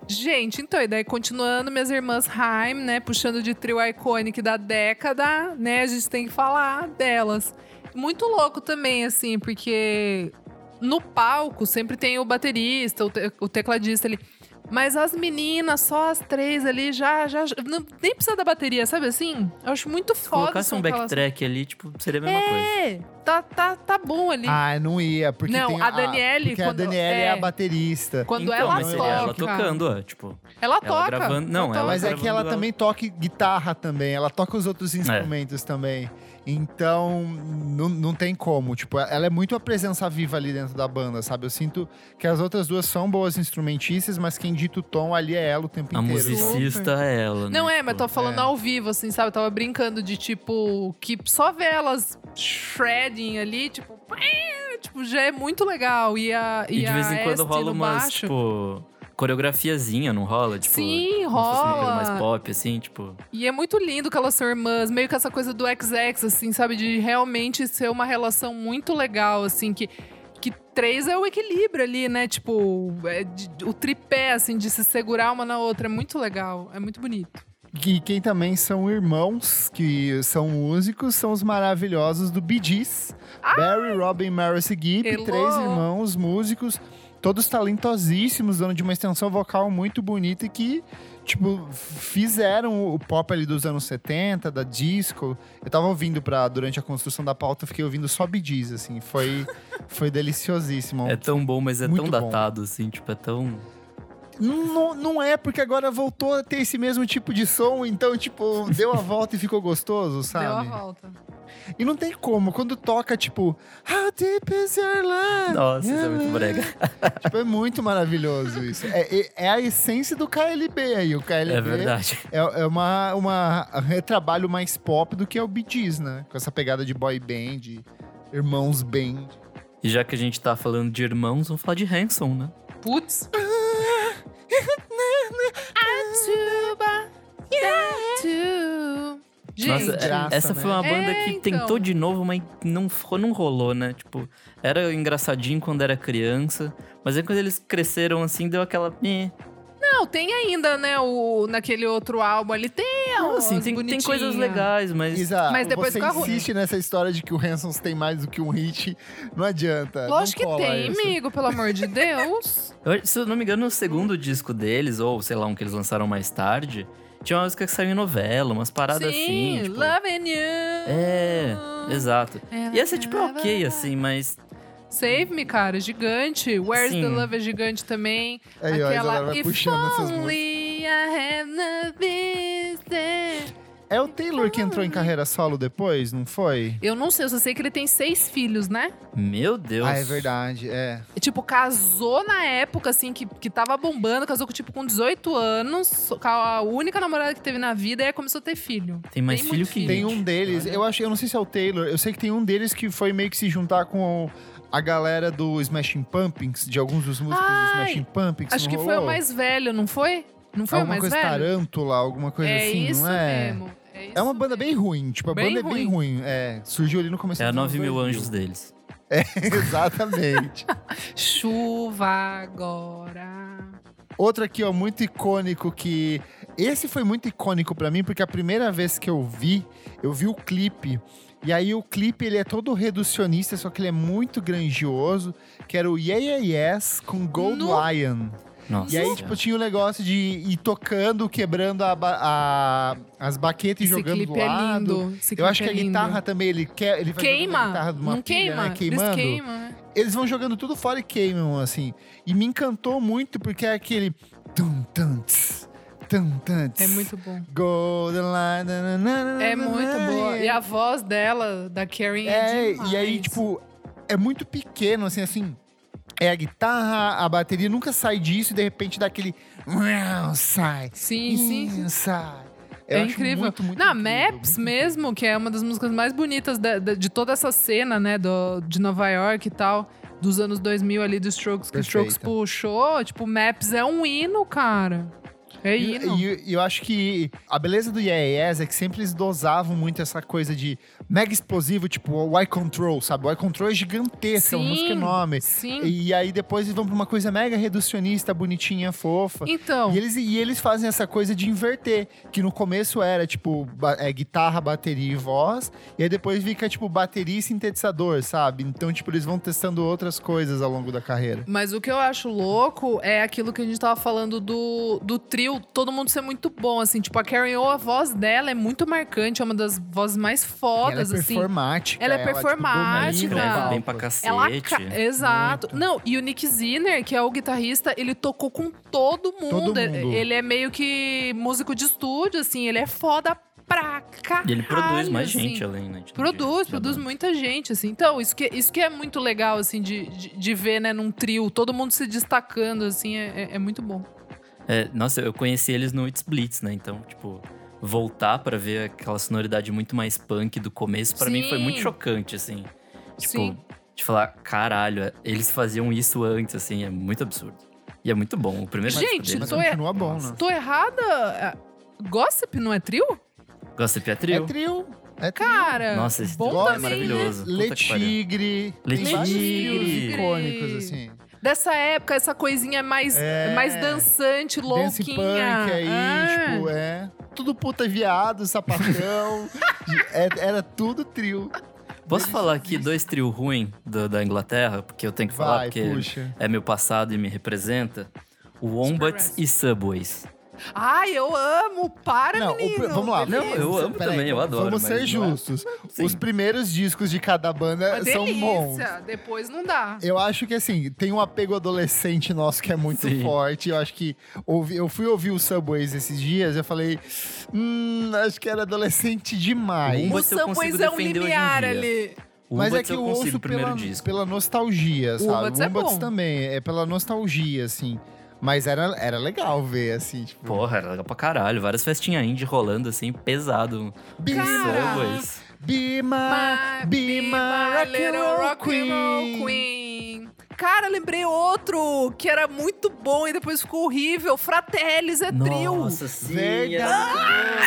Gente, então, e daí continuando, minhas irmãs Haim, né, puxando de trio icônico da década, né, a gente tem que falar delas. Muito louco também, assim, porque no palco sempre tem o baterista, o, te- o tecladista ali. Mas as meninas, só as três ali, já, já, já- não, nem precisa da bateria, sabe assim? Eu acho muito Se foda. colocasse um são aquelas- backtrack ali, tipo, seria a mesma coisa. É, tá, tá, tá bom ali. Ah, não ia, porque Não, tem a Daniele, Porque quando- a Daniele é, é. a baterista. Quando Então, ela mas toca. seria ela tocando, ó, tipo... Ela ela toca. gravando- não, ela Mas é gravando que ela ela- também toca guitarra também, ela toca os outros instrumentos também. Então, não, não tem como. Tipo, ela é muito a presença viva ali dentro da banda, sabe? Eu sinto que as outras duas são boas instrumentistas, mas quem dita o tom ali é ela o tempo A inteiro. musicista é ela, né? Não é, mas Tipo, tô falando é. ao vivo, assim, sabe? Eu tava brincando de, tipo, que só ver elas shredding ali, tipo, tipo, já é muito legal. E a E e de vez a em quando Este rola no umas, baixo. tipo... Coreografiazinha, não rola? Tipo, Sim, como se fosse uma coisa rola. mais pop, assim, tipo... E é muito lindo que elas são irmãs, meio que essa coisa do X X, assim, sabe? De realmente ser uma relação muito legal, assim, que, que três é o equilíbrio ali, né? Tipo, é de- o tripé, assim, de se segurar uma na outra. É muito legal, é muito bonito. E quem também são irmãos, que são músicos, são os maravilhosos do Bee Gees. Barry, Robin, Maurice Gibb, Hello. três irmãos músicos, todos talentosíssimos, dono de uma extensão vocal muito bonita e que, tipo, fizeram o pop ali dos anos setenta, da disco. Eu tava ouvindo pra, durante a construção da pauta, eu fiquei ouvindo só Bee Gees, assim, foi, foi deliciosíssimo. É tão bom, mas é Muito tão bom. datado, assim, tipo, é tão... Não, não é, porque agora voltou a ter esse mesmo tipo de som, então, tipo, deu a volta e ficou gostoso, sabe? Deu a volta. E não tem como, quando toca, tipo, How deep is your love? Nossa, isso é muito brega. Tipo, é muito maravilhoso isso. É, é- é a essência do K L B aí. O K L B É verdade. é, é uma, uma um retrabalho mais pop do que é o Bee Gees, né? Com essa pegada de boy band, irmãos band. E já que a gente tá falando de irmãos, vamos falar de Hanson, né? Putz. Atuba, tatu. Gente, Nossa, é- graça, essa né? foi uma banda É, que então. tentou de novo, mas não, fo- não rolou, né? Tipo, era engraçadinho quando era criança, mas aí quando eles cresceram assim, deu aquela... eh. não, tem ainda, né, o, naquele outro álbum ali, tem Não, umas assim, tem, tem coisas bonitinhas. legais, mas... Isa, Mas depois você fica ruim. insiste nessa história de que o Hansons tem mais do que um hit, não adianta. Lógico não que cola tem, isso. amigo, pelo amor de Deus. Eu- se eu não me engano, o segundo disco deles, ou sei lá, um que eles lançaram mais tarde, tinha uma música que saiu em novela, umas paradas Sim, assim, tipo... Loving You. É, exato. É, E essa é tipo ok, assim, mas... Save Me, cara, gigante. Where's Sim. the Love é gigante também. Aí, ó, a Isadora Aquela vai If puxando essas Only I Had No Business. É o Taylor que entrou em carreira solo depois, não foi? Eu não sei, eu só sei que ele tem seis filhos, né? Meu Deus. Ah, é verdade, é. E, tipo, casou na época, assim, que, que tava bombando. Casou, com tipo, com dezoito anos. Com a única namorada que teve na vida. E aí começou a ter filho. Tem mais Tem filho muito que... filho. Tem um deles, eu acho, eu não sei se é o Taylor, eu sei que tem um deles que foi meio que se juntar com a galera do Smashing Pumpkins, de alguns dos músicos Ai, do Smashing Pumpkins. Acho não que foi rolou? o mais velho, não foi? Não foi Alguma o mais coisa velho? Tarântula, alguma coisa é assim, isso não é? mesmo. É, isso É uma banda mesmo. bem ruim, tipo, a Bem banda é bem ruim. É, surgiu ali no começo É a dos anos nove mil dois mil. anjos deles. É, exatamente. Chuva agora. Outro aqui, ó, muito icônico que... Esse foi muito icônico pra mim, porque a primeira vez que eu vi, eu vi o clipe. E aí o clipe, ele é todo reducionista, só que ele é muito grandioso, que era o Yeah Yeah Yes com Gold No- Lion. Nossa. E aí, tipo, tinha o negócio de ir tocando, quebrando a ba- a- as baquetas e Esse jogando do clipe é lado. lindo. Esse Eu clipe acho que é a lindo. guitarra também, ele, quer, ele vai jogando a Queima. guitarra de uma Não pilha, queima. né, queimando. Eles queimam, né? Eles vão jogando tudo fora e queimam, assim. E me encantou muito, porque é aquele... Tum, tum, tss, tum, tum, tss, É muito bom. Golden Line... na, na, na, É na, muito na, boa. é. E a voz dela, da Karen, é, É, demais. e aí, tipo, é muito pequeno, assim, assim... É a guitarra, a bateria nunca sai disso e de repente dá aquele... Sai. Sim, sim, sim. Sai. É Eu acho incrível. Muito, muito Na incrível, Maps muito mesmo, que é uma das músicas mais bonitas da- da- de toda essa cena, né, do, de Nova York e tal, dos anos dois mil ali, dos Strokes, que o Perfeita. Strokes puxou, tipo, Maps é um hino, cara. É E, hino. e- e eu acho que a beleza do Yeah Yes é que sempre eles dosavam muito essa coisa de mega explosivo, tipo o Y-Control, sabe? O Y-Control é gigantesca, é uma Sim, música enorme. sim. E aí depois eles vão pra uma coisa mega reducionista, bonitinha, fofa. Então, E eles, e eles fazem essa coisa de inverter, que no começo era, tipo, ba- é, guitarra, bateria e voz, e aí depois fica, tipo, bateria e sintetizador, sabe? Então, tipo, eles vão testando outras coisas ao longo da carreira. mas o que eu acho louco é aquilo que a gente tava falando do, do trio, todo mundo ser muito bom, assim. Tipo, a Karen O, a voz dela é muito marcante, é uma das vozes mais E ela é fodas, assim. performática. Ela é tipo, performática. domina o Escreve palco. bem pra cacete. Ela ca- Exato. Muito. Não, e o Nick Zinner, que é o guitarrista, ele tocou com todo mundo. Todo mundo. Ele é meio que músico de estúdio, assim, ele é foda pra caralho. E ele produz mais assim. gente além, né? de- Produz, de- produz da banda. muita gente, assim. Então, isso que, isso que é muito legal, assim, de, de, de ver, né, num trio, todo mundo se destacando, assim, é, é- é muito bom. É, nossa, eu conheci eles no It's Blitz, né? Então, tipo, voltar pra ver aquela sonoridade muito mais punk do começo, pra mim foi Sim. muito chocante, assim. Tipo, Sim. de falar, caralho, eles faziam isso antes, assim, é muito absurdo. E é muito bom. O primeiro disco Gente, deles Mas tô é- é- continua bom, Nossa. né? Tô errada? Gossip não é trio? Gossip é É trio. trio. É trio. Cara, Nossa, esse bom trio é também, maravilhoso. Puta Le que pariu. Tigre. Le Tem vários Tigre. trios icônicos, assim. Dessa época, essa coisinha mais, É. mais dançante, Dance louquinha. punk aí, Ah. tipo, é. Tudo puta viado, sapatão. É- era tudo trio. Posso falar aqui dois trios ruins do- da Inglaterra? Porque eu tenho que falar, Vai, porque puxa. é meu passado e me representa. O Wombats Super e Subways. Ai, eu amo! Para, Não, o menino! pr- vamos lá. Não, beleza. eu amo Peraí, também, eu vamos- adoro, Vamos mas ser não é- justos. Sim. Os primeiros discos de cada banda Uma são bons. delícia. Depois não dá. Eu acho que, assim, tem um apego adolescente nosso que é muito Sim. forte. Eu acho que... ouvi- eu fui ouvir o Subways esses dias e eu falei... Hum, acho que era adolescente demais. Um O Wombats eu consigo Subways é um defender hoje em limiar dia. ali. O Mas é Wombats que eu eu consigo ouço o primeiro pela, disco. pela nostalgia, sabe? Wombats é bom. também, é pela nostalgia, assim. Mas era, era legal ver, assim, tipo... Porra, era legal pra caralho. Várias festinhas indie rolando, assim, pesado. Be, Cara. Subways. be my, My- be my rock and little roll rock and roll queen. queen. Cara, lembrei outro que era muito bom e depois ficou horrível. Fratellis é trio. Nossa, sim. Verdade.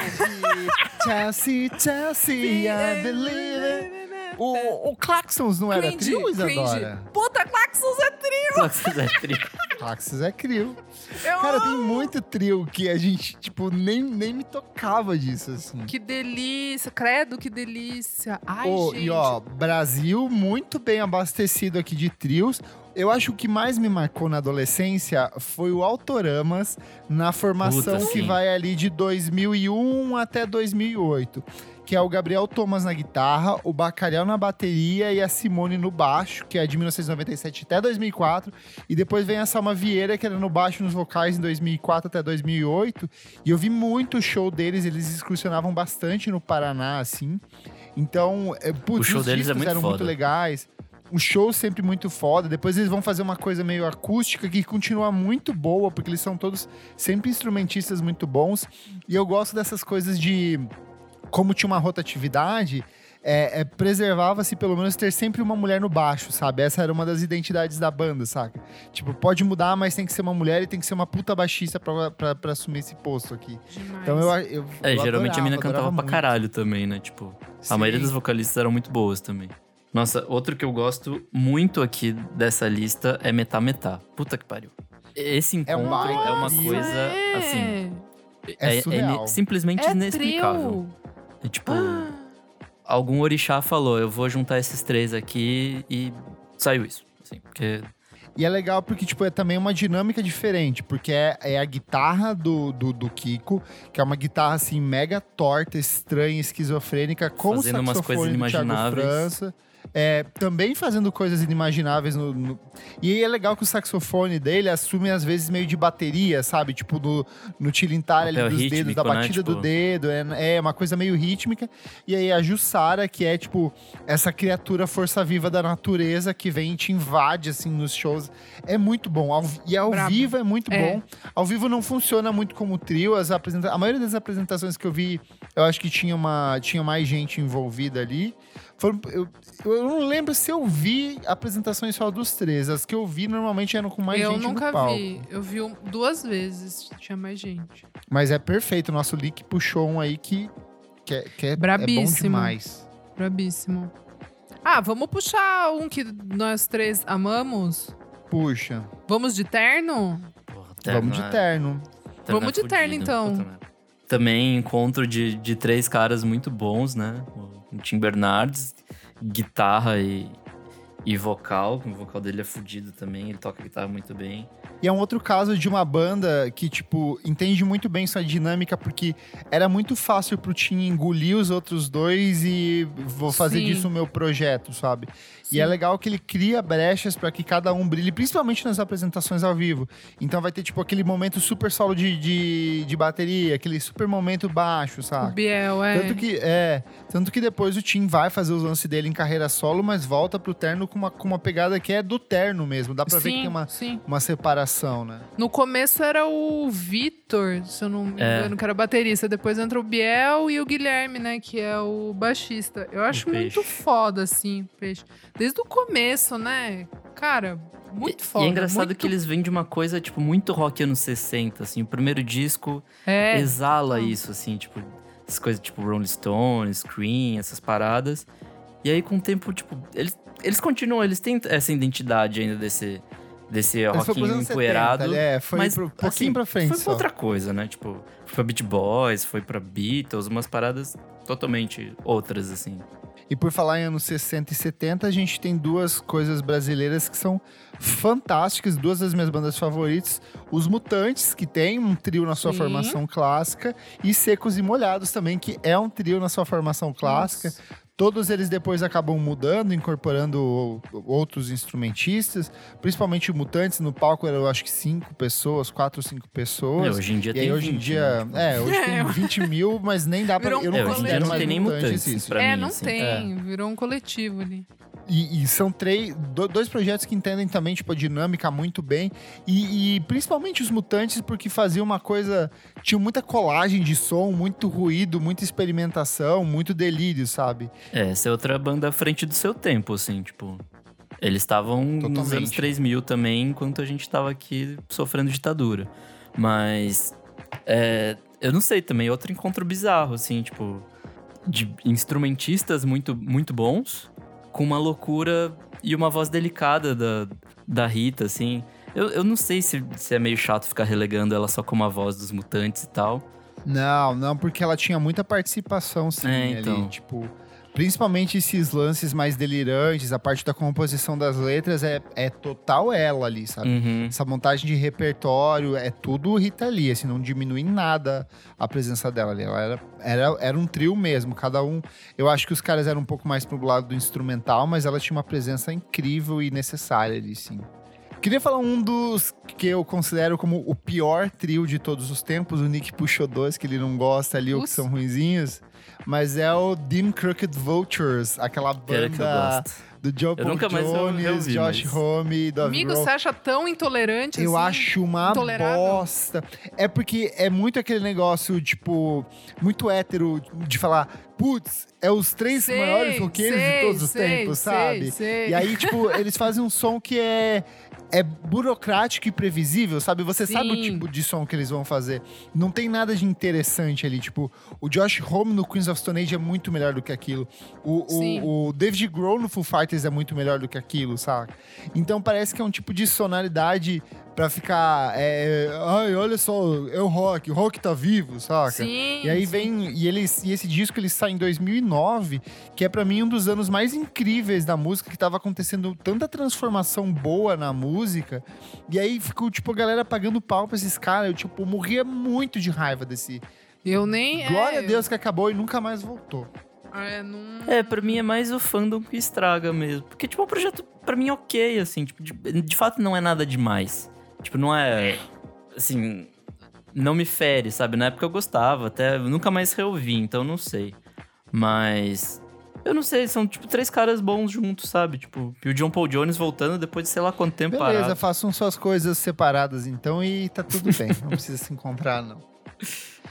era- Chelsea, Chelsea, I believe it. O, o Claxons não era Cringe, trio, cringe. Isadora? Puta, Claxons é trio. Nossa, é trio. Claxons é trio. Eu Cara, tem amo. muito trio que a gente, tipo, nem, nem me tocava disso, assim. Que delícia, credo, que delícia. Ai, Ô, gente. e ó, Brasil muito bem abastecido aqui de trios. Eu acho que o que mais me marcou na adolescência foi o Autoramas na formação Puta, que sim. vai ali de dois mil e um até dois mil e oito. Que é o Gabriel Thomas na guitarra, o Bacalhau na bateria e a Simone no baixo, que é de mil novecentos e noventa e sete até dois mil e quatro. E depois vem a Salma Vieira, que era no baixo e nos vocais em dois mil e quatro até dois mil e oito. E eu vi muito show deles, eles excursionavam bastante no Paraná, assim. Então, é, putz, O show os deles é discos muito eram muito foda. legais. O show sempre muito foda. Depois eles vão fazer uma coisa meio acústica que continua muito boa, porque eles são todos sempre instrumentistas muito bons. E eu gosto dessas coisas de... Como tinha uma rotatividade, é, é, preservava-se pelo menos ter sempre uma mulher no baixo, sabe? Essa era uma das identidades da banda, saca? Tipo, pode mudar, mas tem que ser uma mulher e tem que ser uma puta baixista pra, pra, pra assumir esse posto aqui. Demais. Então eu, eu É, eu geralmente a mina adorava, cantava adorava pra muito. caralho também, né? Tipo, a Sim. maioria das vocalistas eram muito boas também. Nossa, outro que eu gosto muito aqui dessa lista é Metá Metá. Puta que pariu. Esse encontro um baita é uma trio. coisa, É. assim... É surreal. ne- simplesmente É inexplicável. trio. É tipo, Ah, algum orixá falou, eu vou juntar esses três aqui e saiu isso. Assim, porque E é legal porque, tipo, é também uma dinâmica diferente, porque é, é a guitarra do, do, do Kiko, que é uma guitarra, assim, mega torta, estranha, esquizofrênica, com Fazendo o umas saxofone coisas do Thiago inimagináveis. França. É, também fazendo coisas inimagináveis no, no- E aí é legal que o saxofone dele assume, às vezes, meio de bateria, sabe? Tipo, no, no tilintar ali Papel dos dedos, rítmico, da né? batida Tipo- do dedo. É, é uma coisa meio rítmica. E aí a Jussara, que é, tipo, essa criatura força viva da natureza que vem e te invade, assim, nos shows. É muito bom. Ao, e ao Brabo. vivo é muito É. bom. Ao vivo não funciona muito como trio. As apresenta... A maioria das apresentações que eu vi, eu acho que tinha, uma... tinha mais gente envolvida ali. Foram, eu, eu não lembro se eu vi apresentações só dos três. As que eu vi normalmente eram com mais eu gente no nunca palco. vi. Eu vi um, duas vezes, tinha mais gente. Mas é perfeito. O nosso Lick puxou um aí que, que, é, que é, é bom Brabíssimo. demais. Brabíssimo. Ah, vamos puxar um que nós três amamos? Puxa. Vamos de terno? Porra, terno Vamos de é- terno. terno Vamos é de terno, fudido. então. Puta merda. Também encontro de, de três caras muito bons, né? O Tim Bernardes, guitarra e, e vocal. O vocal dele é fudido também, ele toca guitarra muito bem. E é um outro caso de uma banda que, tipo, entende muito bem sua dinâmica, porque era muito fácil pro Tim engolir os outros dois e vou fazer Sim. disso o meu projeto, sabe? Sim. E é legal que ele cria brechas pra que cada um brilhe, principalmente nas apresentações ao vivo. Então vai ter, tipo, aquele momento super solo de, de, de bateria, aquele super momento baixo, O sabe? Biel, é. Tanto que, é, tanto que depois o Tim vai fazer os lances dele em carreira solo, mas volta pro terno com uma, com uma pegada que é do terno mesmo. Dá pra ver que sim, tem uma, sim. uma separação, né? No começo era o Vitor, se eu não me É. engano, que era baterista. Depois entra o Biel e o Guilherme, né? Que é o baixista. Eu acho O muito Peixe. foda, assim, o Peixe. Desde o começo, né? Cara, muito E- foda. E é engraçado muito... que eles vêm de uma coisa, tipo, muito rock anos sessenta, assim. O primeiro disco É, exala então. isso, assim, tipo... Essas coisas tipo Rolling Stones, Cream, essas paradas. E aí, com o tempo, tipo... Eles, eles continuam, eles têm essa identidade ainda desse... Desse Ele foi pros rockinho anos empoeirado. setenta, é, foi mas, pro, pouquinho assim, pra frente Foi só. pra outra coisa, né? Tipo, foi pra Beach Boys, foi pra Beatles, umas paradas totalmente outras, assim. E por falar em anos sessenta e setenta, a gente tem duas coisas brasileiras que são fantásticas, duas das minhas bandas favoritas. Os Mutantes, que tem um trio na sua Sim. formação clássica, e Secos e Molhados também, que é um trio na sua formação clássica. Nossa. Todos eles depois acabam mudando, incorporando outros instrumentistas, principalmente o Mutantes. No palco eram, eu acho que cinco pessoas, quatro ou cinco pessoas. É, hoje em dia E tem aí, hoje em vinte, dia, né? é, hoje tem vinte mil, mas nem dá pra. Virou um Eu não É, hoje em dia considero não mais tem nem Mutantes Mutantes isso. pra é, mim, não assim. tem. Virou um coletivo ali. E, e são três, do- dois projetos que entendem também, tipo, a dinâmica muito bem. E, e principalmente os Mutantes, porque faziam uma coisa... Tinha muita colagem de som, muito ruído, muita experimentação, muito delírio, sabe? É, essa é outra banda à frente do seu tempo, assim, tipo... Eles estavam nos Totalmente. anos três mil também, enquanto a gente tava aqui sofrendo ditadura. Mas... é, eu não sei também, outro encontro bizarro, assim, tipo... De instrumentistas muito, muito bons, com uma loucura e uma voz delicada da, da Rita, assim... Eu, eu não sei se, se é meio chato ficar relegando ela só como a voz dos Mutantes e tal. Não, não, porque ela tinha muita participação, sim, É, ali. então. Tipo, principalmente esses lances mais delirantes, a parte da composição das letras é, é total ela ali, sabe? Uhum. Essa montagem de repertório, é tudo Rita Lee, assim, não diminui em nada a presença dela ali. Ela era, era, era um trio mesmo, cada um... Eu acho que os caras eram um pouco mais pro lado do instrumental, mas ela tinha uma presença incrível e necessária ali, sim. Queria falar um dos que eu considero como o pior trio de todos os tempos. O Nick puxou dois que ele não gosta ali, ou que Ups. são ruinzinhos. Mas é o Dim Crooked Vultures, aquela Aquela que eu banda gosto. do Joe Eu Paul nunca mais Jones, ouvi, Josh mas- Homme, Dove Amigo, Grohl. você acha tão intolerante Eu assim? acho uma Intolerável? bosta. É porque é muito aquele negócio, tipo, muito hétero de falar, putz, é os três Sei, maiores roqueiros de sei, todos os sei, tempos, sei, sabe? sei. E aí, tipo, eles fazem um som que é, é burocrático e previsível, sabe? Você Sim. sabe o tipo de som que eles vão fazer. Não tem nada de interessante ali. Tipo, o Josh Homme no Queens of Stone Age é muito melhor do que aquilo. O, Sim. o, o David Grohl no Foo Fighters é muito melhor do que aquilo, sabe? Então parece que é um tipo de sonoridade pra ficar... É, ai, olha só, é o rock, o rock tá vivo, saca? Sim, E aí sim. vem... E, eles, e esse disco ele sai em dois mil e nove, que é pra mim um dos anos mais incríveis da música, que tava acontecendo tanta transformação boa na música. E aí ficou, tipo, a galera pagando pau pra esses caras. Eu, tipo, morria muito de raiva desse... Eu nem... Glória é, a Deus que acabou e nunca mais voltou. Eu, é, não... É, pra mim é mais o fandom que estraga mesmo. Porque, tipo, é um projeto, pra mim, ok, assim. Tipo, de, de fato, não é nada demais. Tipo, não é... Assim... Não me fere, sabe? Na época eu gostava, até... Eu nunca mais reouvi, então não sei. Mas... Eu não sei, são, tipo, três caras bons juntos, sabe? Tipo, e o John Paul Jones voltando depois de sei lá quanto tempo Beleza, parado. façam suas coisas separadas então e tá tudo bem. Não precisa se encontrar, não.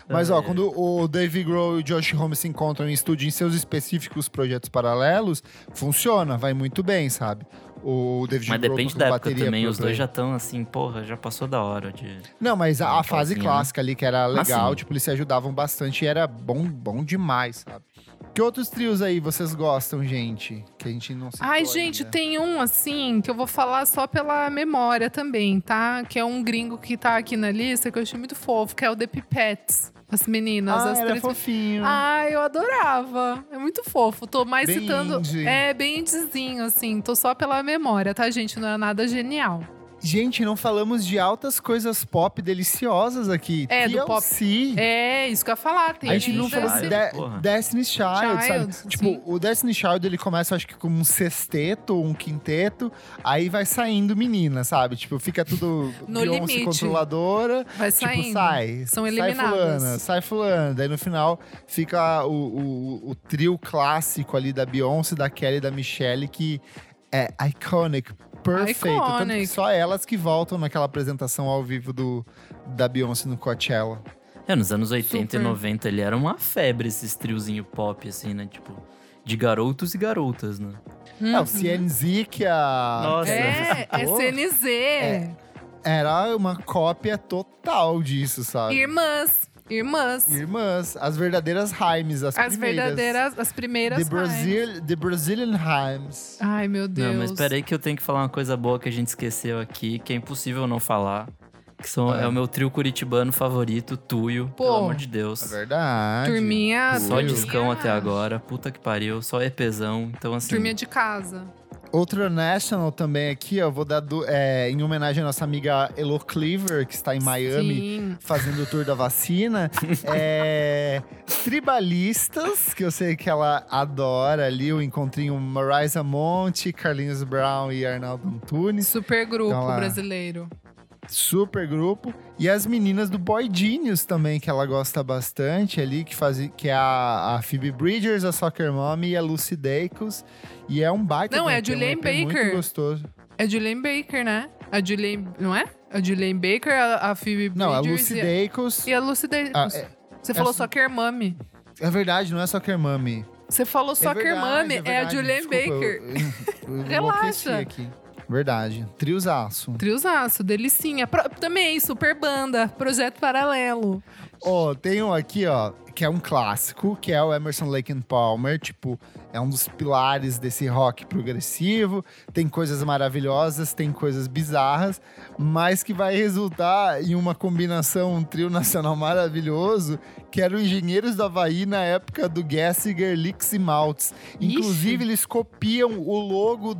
Mas, Ah, ó, é. quando o Dave Grohl e o Josh Homme se encontram em estúdio em seus específicos projetos paralelos, funciona, vai muito bem, sabe? O David Mas Grohl depende tocando da época bateria também, pro os dois Play. já estão assim, porra, já passou da hora de... Não, mas a, a Uma fase pausinha, clássica ali, que era legal, sim. tipo, eles se ajudavam bastante e era bom, bom demais, sabe? Que outros trios aí vocês gostam, gente? Que a gente não citou Ai, gente, ainda. tem um assim que eu vou falar só pela memória também, tá? Que é um gringo que tá aqui na lista que eu achei muito fofo, que é o The Pipettes. As meninas, Ah, as era três. fofinho. Ah, eu adorava. É muito fofo. Tô mais Bem citando. indie. É, bem indiezinho, assim. Tô só pela memória, tá, gente? Não é nada genial. Gente, não falamos de altas coisas pop deliciosas aqui. É, do pop. T L C. É, isso que eu ia falar. Tem A gente não ainda falou esse- de Child, De- porra. Destiny's Child, Child, sabe? sim. Tipo, o Destiny's Child, ele começa, acho que com um sexteto, um quinteto, aí vai saindo menina, sabe? Tipo, fica tudo No Beyoncé limite. controladora. Vai saindo. Tipo, sai. São Sai eliminadas. fulana, sai fulana. Daí no final fica o, o, o trio clássico ali da Beyoncé, da Kelly e da Michelle, que é iconic, perfeito. Tanto que Iconic. só elas que voltam naquela apresentação ao vivo do, da Beyoncé no Coachella. É, nos anos oitenta Super. e noventa ele era uma febre, esses triozinho pop, assim, né? Tipo, de garotos e garotas, né? Uhum. É, o C N Z, que a... Nossa. É, é Pô, C N Z. era uma cópia total disso, sabe? Irmãs. Irmãs. Irmãs, as verdadeiras Rhymes, as, As primeiras. verdadeiras, as primeiras. The, Brazil, the Brazilian Rhymes. Ai, meu Deus. Não, mas peraí que eu tenho que falar uma coisa boa que a gente esqueceu aqui, que é impossível não falar. Que são, É. é o meu trio curitibano favorito, Tuyo, Pô. pelo amor de É Deus. verdade. Turminha. Só turminha- discão até agora, puta que pariu, só EPzão, então assim... Turminha de casa. Outro national também aqui, ó, vou dar do, é, em homenagem à nossa amiga Elo Cleaver, que está em Miami Sim. fazendo o tour da vacina. é, tribalistas, que eu sei que ela adora ali, o encontrinho Marisa Monte, Carlinhos Brown e Arnaldo Antunes. Super grupo Então, lá. brasileiro. Super grupo. E as meninas do Boy Genius também, que ela gosta bastante ali, que, faz, que é a, a Phoebe Bridgers, a Soccer Mommy e a Lucy Dacus. E é um baita. Não, de um é a E P, um Julianne E P Baker. Muito gostoso. É Julianne Baker, né? A Julianne, não é? A Julianne Baker, a, a Phoebe Não, a Bridgers Lucy e a- Dacus. E a Lucy Dacus. Ah, é, Você falou essa- Soccer Mommy. é verdade, não é Soccer Mommy. Você falou Soccer é verdade, Mommy, é, a verdade, Julianne desculpa, Baker. Eu, eu, eu Relaxa. enlouqueci aqui. Verdade. Triozaço. Triozaço, delicinha. Pro- também, super banda, projeto paralelo. Ó, tem um aqui, ó, que é um clássico, que é o Emerson, Lake and Palmer. Tipo, é um dos pilares desse rock progressivo. Tem coisas maravilhosas, tem coisas bizarras, mas que vai resultar em uma combinação, um trio nacional maravilhoso, que era o Engenheiros do Havaí na época do Gessinger, Licks e Maltz. Ixi. Inclusive, eles copiam o logo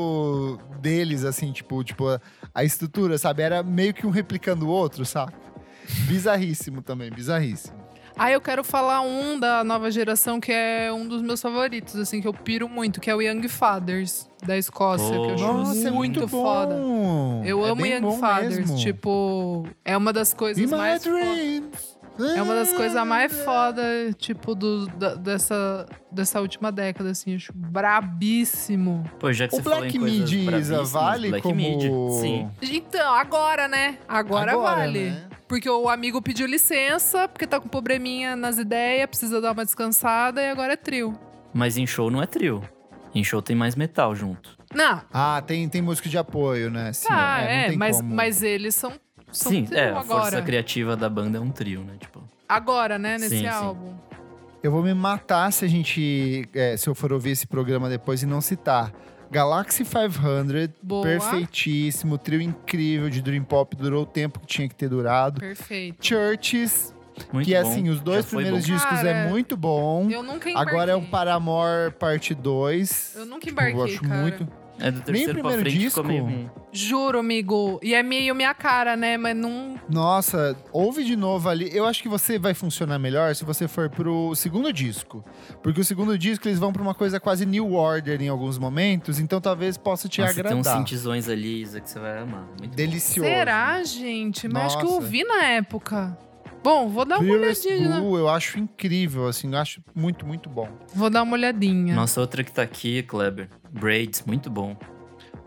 do deles, assim, tipo, tipo a, a estrutura, sabe? Era meio que um replicando o outro, sabe? Bizarríssimo também, bizarríssimo. Ah, eu quero falar um da nova geração que é um dos meus favoritos, assim, que eu piro muito, que é o Young Fathers, da Escócia, que eu acho Nossa, é muito, bom. foda. Eu É amo bem Young bom Fathers, mesmo. tipo, é uma das coisas In my mais foda. dreams. É uma das coisas mais foda, tipo, do, da- dessa, dessa última década, assim, acho brabíssimo. Pô, já que O você falou Black em coisas Mid, Isa, bravíssimas, vale Black como... Mid, sim. Então, agora, né? Agora, Agora, vale. né? Porque o amigo pediu licença, porque tá com probleminha nas ideias, precisa dar uma descansada e agora é trio. Mas em show não é trio. Em show tem mais metal junto. Não, Ah, tem, tem música de apoio, né? Sim, tá, é, não é, tem mas, como. mas eles são, são Sim, trio é, a força agora. criativa da banda é um trio, né? Tipo, Agora, né, nesse Sim, sim. álbum. Eu vou me matar se a gente... é, se eu for ouvir esse programa depois e não citar. Galaxy quinhentos, Boa. perfeitíssimo, trio incrível de Dream Pop, durou o tempo que tinha que ter durado. Perfeito. Churches, muito que bom. assim, os dois Já foi primeiros bom. discos Cara, é muito bom. Eu nunca embarquei. Agora é o Paramore Parte dois. Eu nunca Tipo, embarquei, eu acho cara. muito... É do Nem o terceiro pra primeiro frente disco? ficou meio ruim. Juro, amigo. E é meio minha cara, né? Mas não. Nossa, ouve de novo ali. Eu acho que você vai funcionar melhor se você for pro segundo disco. Porque o segundo disco eles vão pra uma coisa quase New Order em alguns momentos, então talvez possa te Nossa, tem uns agradar. synthzões ali, Isa, que você vai amar. Muito bom. Delicioso. Será, gente? Mas acho que eu Nossa. ouvi na época. Bom, vou dar uma Purest olhadinha. né? Blue, eu acho incrível, assim, eu acho muito, muito bom. Vou dar uma olhadinha. Nossa, outra que tá aqui, Kleber. Braids, muito bom.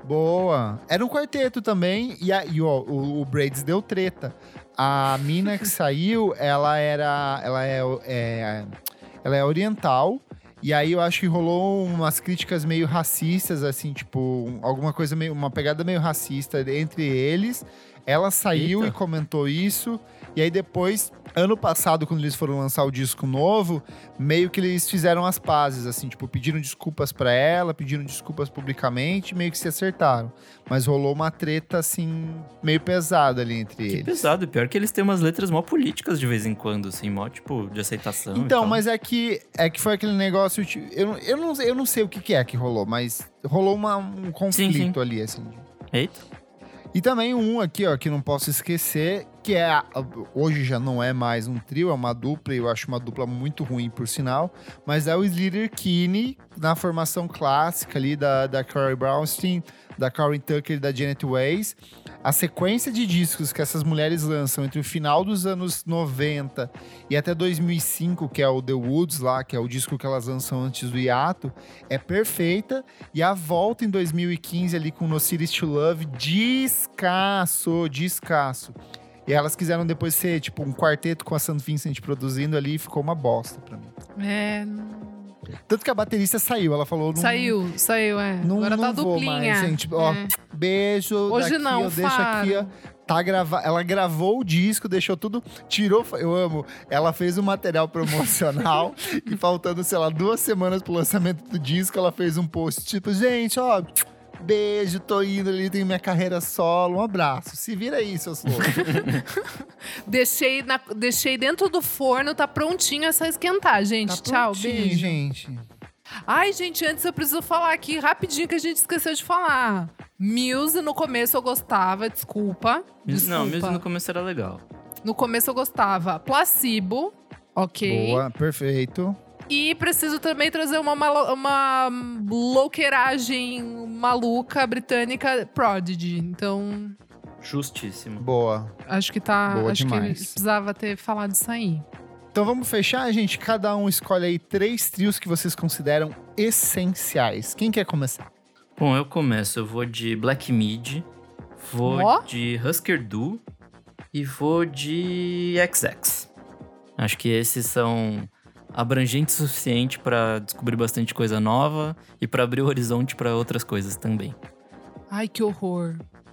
Boa. Era um quarteto também. E, a, e ó, o, o Braids deu treta. A mina que saiu, ela era... Ela é, é, ela é oriental. E aí eu acho que rolou umas críticas meio racistas, assim, tipo... Alguma coisa meio... Uma pegada meio racista entre eles. Ela saiu Eita. e comentou isso. E aí depois... Ano passado, quando eles foram lançar o disco novo, meio que eles fizeram as pazes, assim, tipo, pediram desculpas pra ela, pediram desculpas publicamente, meio que se acertaram. Mas rolou uma treta, assim, meio pesada ali entre Que eles. pesado. Pior que eles têm umas letras mó políticas de vez em quando, assim, mó, tipo, de aceitação e Então, tal. mas é que, é que foi aquele negócio, tipo, eu, eu, não, eu não sei o que, que é que rolou, mas rolou uma, um conflito Sim, sim. ali, assim. Eita. E também um aqui, ó, que não posso esquecer, que é... A, hoje já não é mais um trio, é uma dupla, e eu acho uma dupla muito ruim, por sinal. Mas é o Sleater Kinney, na formação clássica ali da, da Carrie Brownstein, da Corin Tucker e da Janet Weiss. A sequência de discos que essas mulheres lançam entre o final dos anos noventa e até dois mil e cinco, que é o The Woods lá, que é o disco que elas lançam antes do hiato, é perfeita. E a volta em dois mil e quinze ali com No Cities to Love, descasso, descasso. E elas quiseram depois ser, tipo, um quarteto com a Saint Vincent produzindo ali e ficou uma bosta pra mim. É... Tanto que a baterista saiu, ela falou... Não, Saiu, saiu, é. Não, Agora não tá vou duplinha. mais, gente. Ó, É. beijo. Hoje daqui, não, ó, deixa aqui, ó. Tá grava... Ela gravou o disco, deixou tudo... Tirou... Eu amo. Ela fez um material promocional e faltando, sei lá, duas semanas pro lançamento do disco, ela fez um post tipo, gente, ó... Beijo, tô indo ali, tenho minha carreira solo. Um abraço. Se vira aí, seus loucos. Deixei, na, deixei dentro do forno, tá prontinho, é só esquentar, gente. Tá Tchau, prontinho, beijo. gente. Ai, gente, antes eu preciso falar aqui rapidinho que a gente esqueceu de falar. Muse, no começo eu gostava, desculpa. desculpa. Não, mesmo no começo era legal. No começo eu gostava. Placebo, ok. Boa, perfeito. E preciso também trazer uma, malo- uma louqueiragem maluca britânica, Prodigy. Então, Justíssimo. Boa. acho que tá. Boa acho demais. que precisava ter falado isso aí. Então vamos fechar, gente? Cada um escolhe aí três trios que vocês consideram essenciais. Quem quer começar? Bom, eu começo. Eu vou de Black Midi, vou Ó. de Husker Du e vou de X X. Acho que esses são abrangentes o suficiente pra descobrir bastante coisa nova e pra abrir o horizonte pra outras coisas também. Ai, que horror.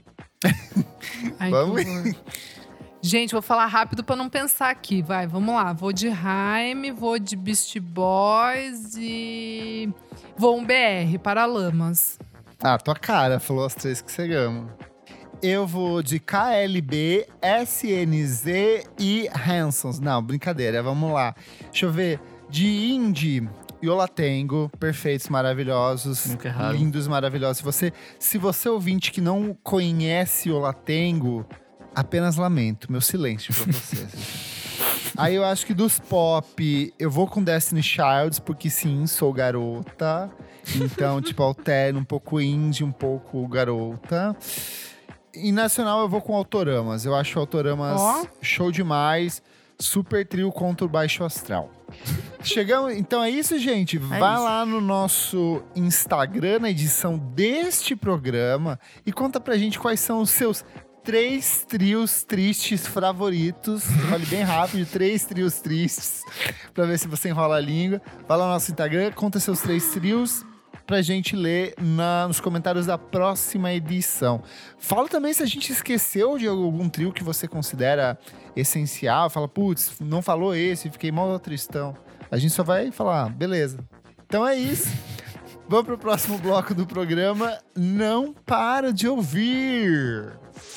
Ai, Vamos? que horror. Gente, vou falar rápido pra não pensar aqui. Vai, vamos lá. Vou de Haim, vou de Beastie Boys e... Vou um B R, Paralamas. Ah, tua cara, falou as três que você ama. Eu vou de K L B, S N Z e Hansons. Não, brincadeira, vamos lá. Deixa eu ver. De indie, Yolatengo, perfeitos, maravilhosos, Nunca erraram. lindos, maravilhosos. Se você, se você ouvinte que não conhece Yolatengo, apenas lamento, meu silêncio pra vocês. Aí eu acho que dos pop, eu vou com Destiny Childs, porque sim, sou garota. Então, tipo, alterno um pouco indie, um pouco garota. E nacional eu vou com Autoramas. Eu acho Autoramas Ó. show demais. Super trio contra o Baixo Astral. Chegamos, então é isso, gente. Vai isso. lá no nosso Instagram, na edição deste programa, e conta pra gente quais são os seus três trios tristes favoritos. Fale bem rápido, três trios tristes, pra ver se você enrola a língua. Vai lá no nosso Instagram, conta seus três trios pra gente ler na, nos comentários da próxima edição. Fala também se a gente esqueceu de algum trio que você considera essencial. Fala, putz, não falou esse, fiquei mal tristão. A gente só vai falar, beleza. Então é isso. Vamos pro próximo bloco do programa. Não para de ouvir!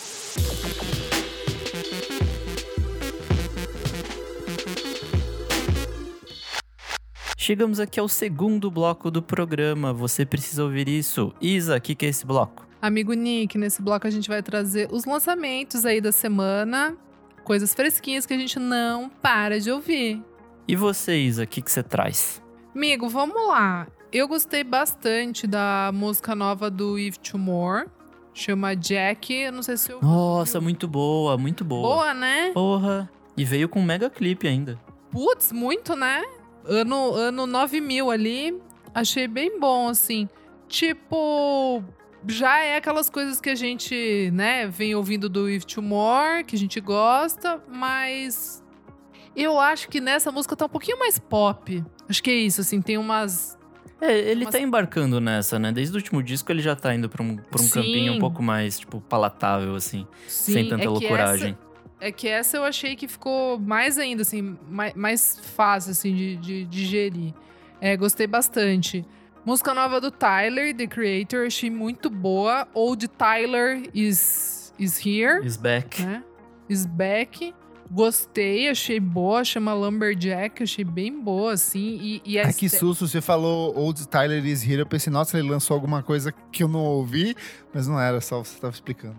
Chegamos aqui ao segundo bloco do programa. Você precisa ouvir isso. Isa, o que, que é esse bloco? Amigo Nick, nesse bloco a gente vai trazer os lançamentos aí da semana. Coisas fresquinhas que a gente não para de ouvir. E você, Isa, o que, que você traz? Amigo, vamos lá. Eu gostei bastante da música nova do If Tomorrow. Chama Jack. Eu não sei se eu... Nossa, muito boa, muito boa. Boa, né? Porra. E veio com um mega clipe ainda. Putz, muito, né? Ano, ano nove mil ali. Achei bem bom, assim. Tipo... já é aquelas coisas que a gente, né, vem ouvindo do If Tomorrow, que a gente gosta, mas eu acho que nessa música tá um pouquinho mais pop. Acho que é isso, assim, tem umas... É, ele umas... tá embarcando nessa, né? Desde o último disco ele já tá indo pra um, pra um Sim. campinho um pouco mais, tipo, palatável, assim. Sim, sem tanta é que loucuragem. Essa... É que essa eu achei que ficou mais ainda, assim, mais, mais fácil, assim, de, de, de digerir. É, gostei bastante. Música nova do Tyler, The Creator, achei muito boa. Old Tyler is, is Here. Is Back. Né? Is Back. Gostei, achei boa. Chama Lumberjack, achei bem boa, assim. E, e a Ai, que este... susto, você falou Old Tyler is Here. Eu pensei, nossa, ele lançou alguma coisa que eu não ouvi. Mas não era, só você tava explicando.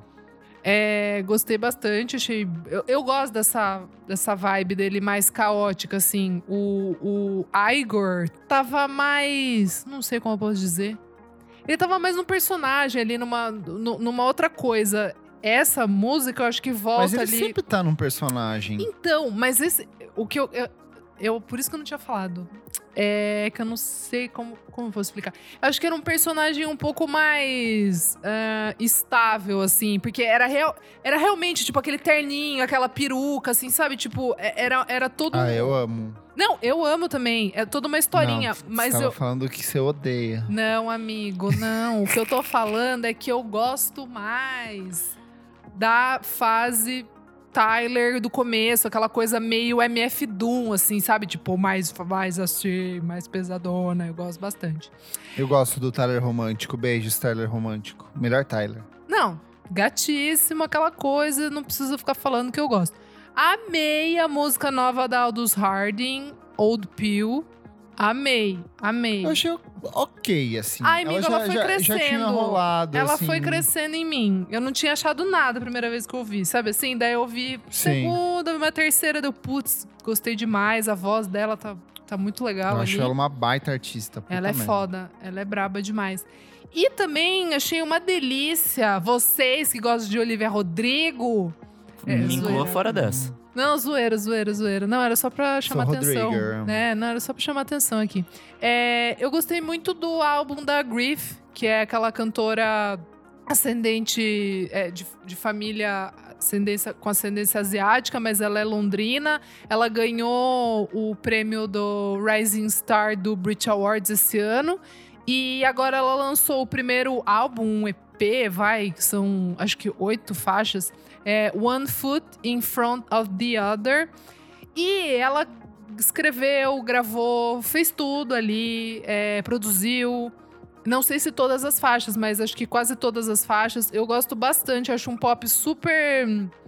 É, gostei bastante, achei... Eu, eu gosto dessa, dessa vibe dele mais caótica, assim. O, o Igor tava mais... Não sei como eu posso dizer. Ele tava mais num personagem ali, numa, numa outra coisa. Essa música, eu acho que volta ali... Mas ele ali... sempre tá num personagem. Então, mas esse... O que eu, eu, eu... Por isso que eu não tinha falado. É que eu não sei como, como eu vou explicar. Eu acho que era um personagem um pouco mais uh, estável, assim. Porque era, real, era realmente, tipo, aquele terninho, aquela peruca, assim, sabe? Tipo, era, era todo... Ah, eu amo. Não, eu amo também. É toda uma historinha. Não, mas você tava eu... falando que você odeia. Não, amigo, não. O que eu tô falando é que eu gosto mais da fase... Tyler do começo, aquela coisa meio M F Doom, assim, sabe? Tipo, mais, mais assim, mais pesadona. Eu gosto bastante. Eu gosto do Tyler romântico. Beijos, Tyler romântico. Melhor Tyler. Não, gatíssimo, aquela coisa. Não preciso ficar falando que eu gosto. Amei a música nova da Aldous Harding, Old Pill. Amei, amei. Eu achei ok, assim. Ai, amiga, ela, ela, já, foi já, crescendo. já tinha rolado, ela assim. foi crescendo em mim. Eu não tinha achado nada a primeira vez que eu ouvi, sabe assim? Daí eu ouvi segunda, uma terceira, deu putz, gostei demais. A voz dela tá, tá muito legal. Eu ali. acho ela uma baita artista. Ela é merda. foda, ela é braba demais. E também achei uma delícia, vocês que gostam de Olivia Rodrigo. É, Me inclua zoeira. fora dessa. Não, zoeira, zoeira, zoeira. Não, era só pra chamar Sou atenção. Rodrigo. Né? Não, era só pra chamar atenção aqui. É, eu gostei muito do álbum da Griff, que é aquela cantora ascendente é, de, de família ascendência, com ascendência asiática, mas ela é londrina. Ela ganhou o prêmio do Rising Star do Brit Awards esse ano. E agora ela lançou o primeiro álbum, um E P, vai, que são acho que oito faixas. É One Foot in Front of the Other. E ela escreveu, gravou, fez tudo ali, é, produziu. Não sei se todas as faixas, mas acho que quase todas as faixas. Eu gosto bastante, acho um pop super...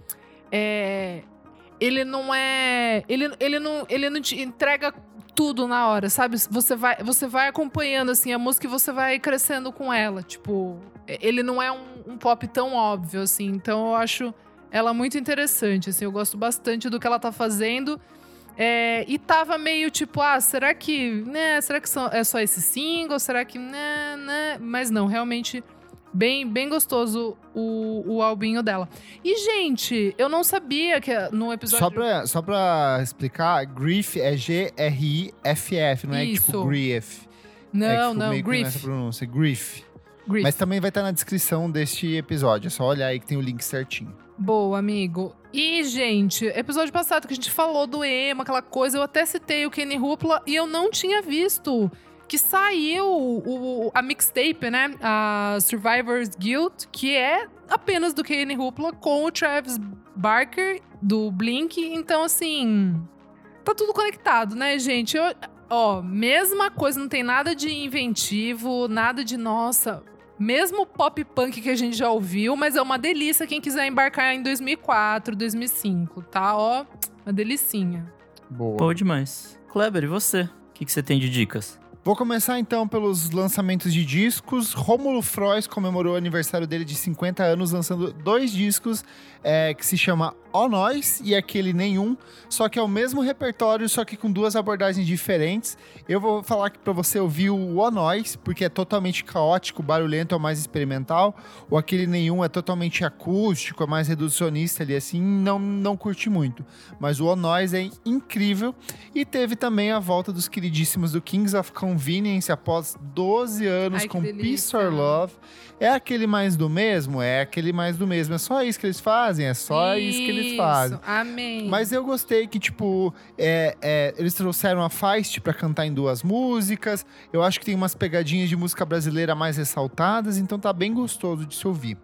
É, ele não é... Ele, ele, não, ele não te entrega tudo na hora, sabe? Você vai, você vai acompanhando, assim, a música e você vai crescendo com ela. Tipo, ele não é um, um pop tão óbvio, assim. Então, eu acho ela muito interessante, assim. Eu gosto bastante do que ela tá fazendo. É, e tava meio tipo, ah, será que... Né, será que são, é só esse single? Será que... Né, né? Mas não, realmente... Bem, bem gostoso o, o albinho dela. E, gente, eu não sabia que no episódio... Só pra, só pra explicar, Griff é G R I F F, não é Isso. tipo Grief. Não, é que ficou não, meio Griff. nessa pronúncia, Griff. Griff. Mas também vai estar na descrição deste episódio, é só olhar aí que tem o link certinho. Boa, amigo. E, gente, episódio passado que a gente falou do emo, aquela coisa, eu até citei o Kenny Hoopla e eu não tinha visto que saiu o, a mixtape, né? A Survivor's Guilt, que é apenas do Kenny Hoopla com o Travis Barker, do Blink. Então, assim, tá tudo conectado, né, gente? Eu, ó, mesma coisa, não tem nada de inventivo, nada de, nossa... Mesmo pop punk que a gente já ouviu, mas é uma delícia quem quiser embarcar em dois mil e quatro, dois mil e cinco, tá? Ó, uma delicinha. Boa. Boa demais. Kleber, e você? O que, que você tem de dicas? Vou começar então pelos lançamentos de discos. Rômulo Frois comemorou o aniversário dele de cinquenta anos, lançando dois discos é, que se chama Ó Nós e Aquele Nenhum, só que é o mesmo repertório, só que com duas abordagens diferentes. Eu vou falar aqui pra você ouvir o Ó Nós, porque é totalmente caótico, barulhento, é o mais experimental. O Aquele Nenhum é totalmente acústico, é mais reducionista ali, assim, não, não curti muito. Mas o Ó Nós é incrível. E teve também a volta dos queridíssimos do Kings of Convenience, Convenience após doze anos Ai, que com delícia. Peace or Love. É aquele mais do mesmo? É aquele mais do mesmo. É só isso que eles fazem? É só isso, isso que eles fazem. Amém. Mas eu gostei que, tipo, é, é, eles trouxeram a Feist pra cantar em duas músicas. Eu acho que tem umas pegadinhas de música brasileira mais ressaltadas, então tá bem gostoso de se ouvir.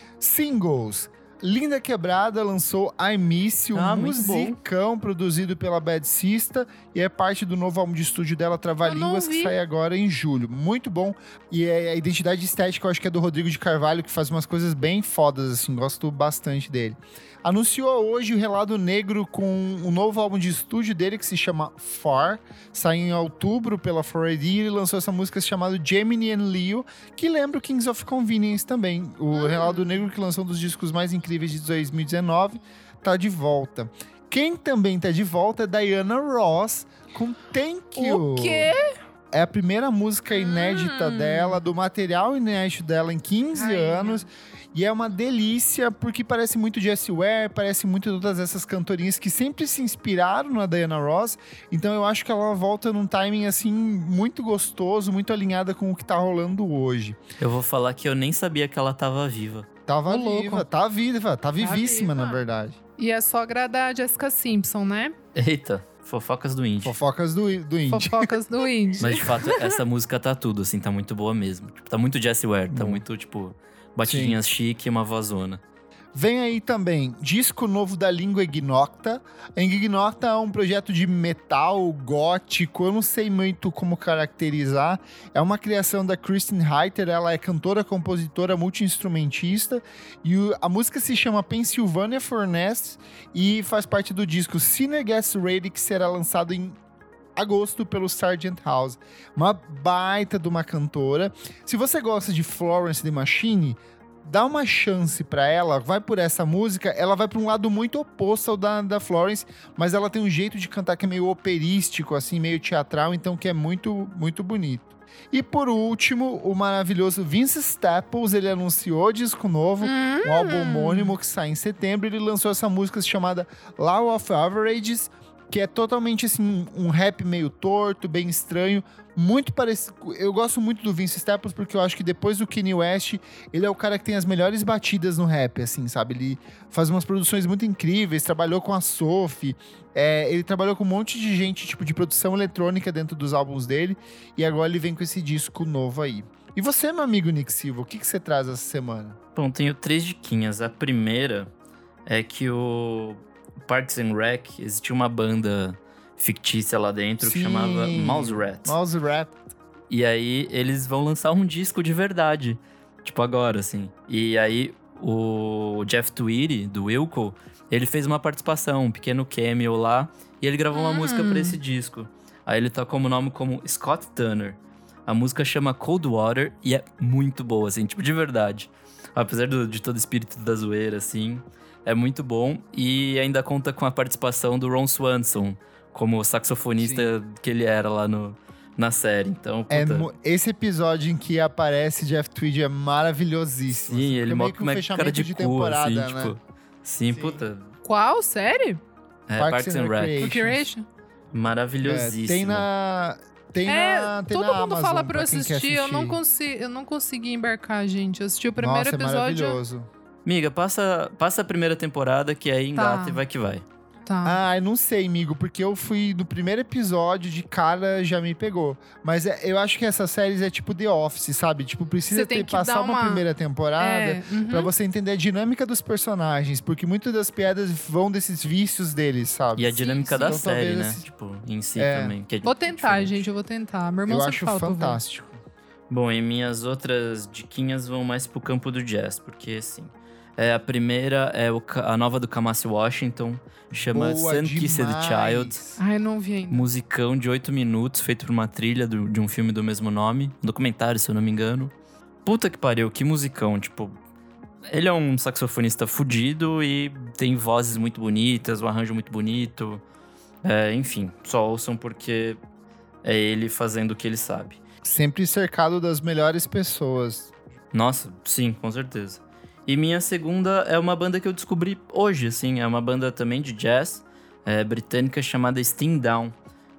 Singles. Linda Quebrada lançou I Miss You, Ah, um muito bom. musicão produzido pela Bad Sista e é parte do novo álbum de estúdio dela, Trava-Línguas, que vi. sai agora em julho. Muito bom. E é a identidade estética, eu acho que é do Rodrigo de Carvalho, que faz umas coisas bem fodas, assim, gosto bastante dele. Anunciou hoje o Relado Negro com um novo álbum de estúdio dele que se chama Far, sai em outubro pela four A D e ele lançou essa música chamada Gemini and Leo, que lembra o Kings of Convenience também. O Hum. Relado Negro, que lançou um dos discos mais incríveis de dois mil e dezenove, tá de volta. Quem também tá de volta é Diana Ross com Thank You. O quê? É a primeira música inédita Hum. dela, do material inédito dela em quinze Rainha. anos. E é uma delícia, porque parece muito Jessie Ware, parece muito todas essas cantorinhas que sempre se inspiraram na Diana Ross. Então eu acho que ela volta num timing, assim, muito gostoso, muito alinhada com o que tá rolando hoje. Eu vou falar que eu nem sabia que ela tava viva. Tava Ô, louco. viva, tá viva, tá vivíssima, viva. na verdade. E é só agradar a Jessica Simpson, né? Eita, fofocas do indie. Fofocas do, do indie. Fofocas do indie. Mas de fato, essa música tá tudo, assim, tá muito boa mesmo. Tipo, tá muito Jessie Ware, tá Bom. muito, tipo, batidinhas chique e uma vozona. Vem aí também disco novo da Língua Ignota. A Ignota é um projeto de metal gótico, eu não sei muito como caracterizar. É uma criação da Kristen Reiter, ela é cantora, compositora, multi-instrumentista. E o- a música se chama Pennsylvania Furnace e faz parte do disco Sinner Gets Ready, que será lançado em agosto pelo Sargent House. Uma baita de uma cantora. Se você gosta de Florence the Machine, dá uma chance pra ela, vai por essa música, ela vai pra um lado muito oposto ao da, da Florence, mas ela tem um jeito de cantar que é meio operístico, assim, meio teatral, então que é muito, muito bonito. E por último, o maravilhoso Vince Staples, ele anunciou disco novo, Hum. um álbum homônimo que sai em setembro, ele lançou essa música chamada Law of Averages, que é totalmente assim, um rap meio torto, bem estranho, muito parecido. Eu gosto muito do Vince Staples porque eu acho que depois do Kanye West, ele é o cara que tem as melhores batidas no rap, assim, sabe? Ele faz umas produções muito incríveis, trabalhou com a Sophie, é, ele trabalhou com um monte de gente, tipo, de produção eletrônica dentro dos álbuns dele, e agora ele vem com esse disco novo aí. E você, meu amigo Nick Silva, o que, que você traz essa semana? Bom, tenho três diquinhas. A primeira é que o Parks and Rec existia uma banda fictícia lá dentro que Sim. chamava Mouse Rat. Mouse Rap. E aí eles vão lançar um disco de verdade. Tipo agora, assim. E aí o Jeff Tweedy, do Wilco, ele fez uma participação, um pequeno cameo lá. E ele gravou uma Hum. música pra esse disco. Aí ele tá como nome como Scott Turner. A música chama Cold Water e é muito boa, assim, tipo, de verdade. Apesar do- de todo o espírito da zoeira, assim, é muito bom. E ainda conta com a participação do Ron Swanson, como saxofonista que ele era lá no, na série. Então, puta, É, mo- esse episódio em que aparece Jeff Tweedy é maravilhosíssimo. sim, assim, ele fica mó meio que como é que cara de, cu, temporada, assim, né? tipo... Sim, Sim. puta... Qual? Série? É, Parks Parks, and and Rec. Recreation. Recreation? Maravilhosíssimo. É, tem na... Tem É, na, tem todo na mundo Amazon, fala pra eu quem quer assistir, eu não, consigo, eu não consegui embarcar, gente. Eu assisti o primeiro Nossa, é episódio. maravilhoso. Miga, passa, passa a primeira temporada que aí engata Tá. e vai que vai. Tá. Ah, eu não sei, amigo, porque eu fui no primeiro episódio, de cara já me pegou. Mas é- eu acho que essas séries é tipo The Office, sabe? Tipo, precisa Você tem ter, que passar dar uma... uma- primeira temporada É, uhum. pra você entender a dinâmica dos personagens, porque muitas das piadas vão desses vícios deles, sabe? E a Sim, dinâmica sim. da Então, série, talvez né? esse- Tipo, em si É. também. Que é Vou tentar, diferente. gente, eu vou tentar. Meu irmão Eu sempre acho fala pra eu ver. fantástico. Bom, e minhas outras diquinhas vão mais pro campo do jazz, porque assim. É, a primeira é o ca- a nova do Kamasi Washington, chama Boa Sun Kissed demais. Child. Ai, não vi ainda. Musicão de oito minutos, feito por uma trilha do- de um filme do mesmo nome. Um documentário, se eu não me engano. Puta que pariu, que musicão, tipo... Ele é um saxofonista fudido e tem vozes muito bonitas, um arranjo muito bonito. É, enfim, só ouçam porque é ele fazendo o que ele sabe. Sempre cercado das melhores pessoas. Nossa, sim, com certeza. E minha segunda é uma banda que eu descobri hoje, assim. É uma banda também de jazz, é, britânica, chamada Steam Down.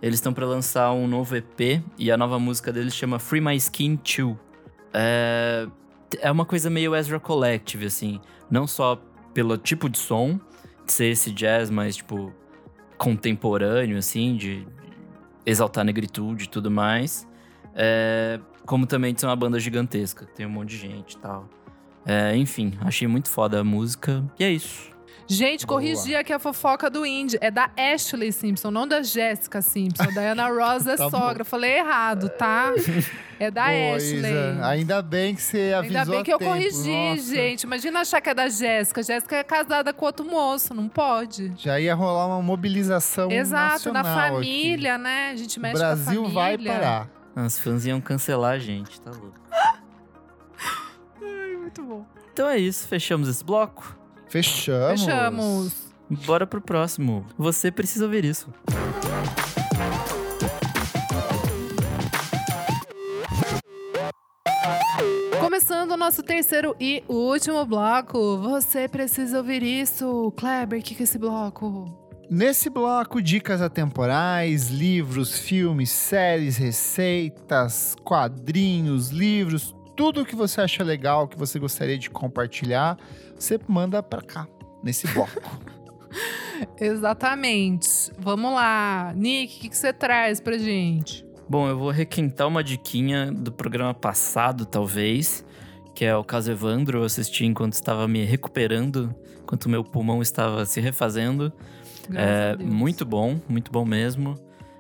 Eles estão pra lançar um novo E P e a nova música deles chama Free My Skin dois. É, é uma coisa meio Ezra Collective, assim. Não só pelo tipo de som, de ser esse jazz mais, tipo, contemporâneo, assim, de exaltar a negritude e tudo mais. É, como também de ser uma banda gigantesca, tem um monte de gente e tal. É, enfim, achei muito foda a música. E é isso. Gente, Boa. corrigi aqui a fofoca do Indy. É da Ashley Simpson, não da Jéssica Simpson. Da Ana Ross é Tá sogra. bom. Falei errado, tá? É da Boa, Ashley. Isa. Ainda bem que você avisou Ainda bem a que eu tempo. corrigi, Nossa. gente. Imagina achar que é da Jéssica. Jéssica é casada com outro moço, não pode. Já ia rolar uma mobilização Exato, na nacional família, né? A gente aqui. O mexe com a Brasil família. vai parar. Os fãs iam cancelar a gente, tá louco. Ai, muito bom. Então é isso, fechamos esse bloco. Fechamos. Fechamos. Bora pro próximo. Você precisa ouvir isso. Começando o nosso terceiro e último bloco. Você precisa ouvir isso. Kleber, o que, que é esse bloco? Nesse bloco, dicas atemporais, livros, filmes, séries, receitas, quadrinhos, livros, tudo que você acha legal, que você gostaria de compartilhar, você manda pra cá, nesse bloco. Exatamente. Vamos lá. Nick, o que, que você traz pra gente? Bom, eu vou requentar uma diquinha do programa passado, talvez, que é o caso Evandro. Eu assisti enquanto estava me recuperando, enquanto o meu pulmão estava se refazendo. Graças É a Deus. muito bom, muito bom mesmo.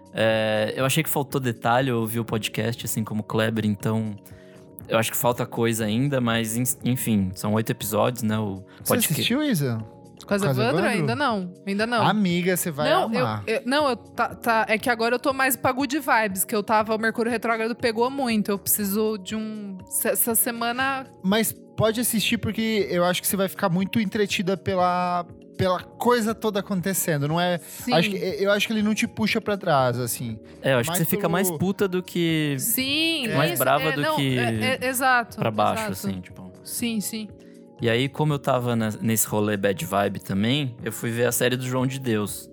É, eu achei que faltou detalhe, eu ouvi o podcast, assim como o Kleber, então eu acho que falta coisa ainda, mas enfim, são oito episódios, né? O Você podcast. assistiu, Isa? Quase Caso Evandro? Evandro? Ainda não. Ainda não. Amiga, você vai não, amar. eu, eu- não, eu tá, tá- é que agora eu tô mais pra good vibes, que eu tava, o Mercúrio Retrógrado pegou muito, eu preciso de um... se- Essa semana... Mas pode assistir porque eu acho que você vai ficar muito entretida pela, pela coisa toda acontecendo, não é? Sim, Acho que, eu acho que ele não te puxa pra trás, assim. É, eu acho que mais você fica pelo- mais puta do que sim. mais isso, brava é, do não, que é- é- exato. pra baixo, exato. assim, tipo. Sim, sim. E aí, como eu tava na- nesse rolê bad vibe também, eu fui ver a série do João de Deus.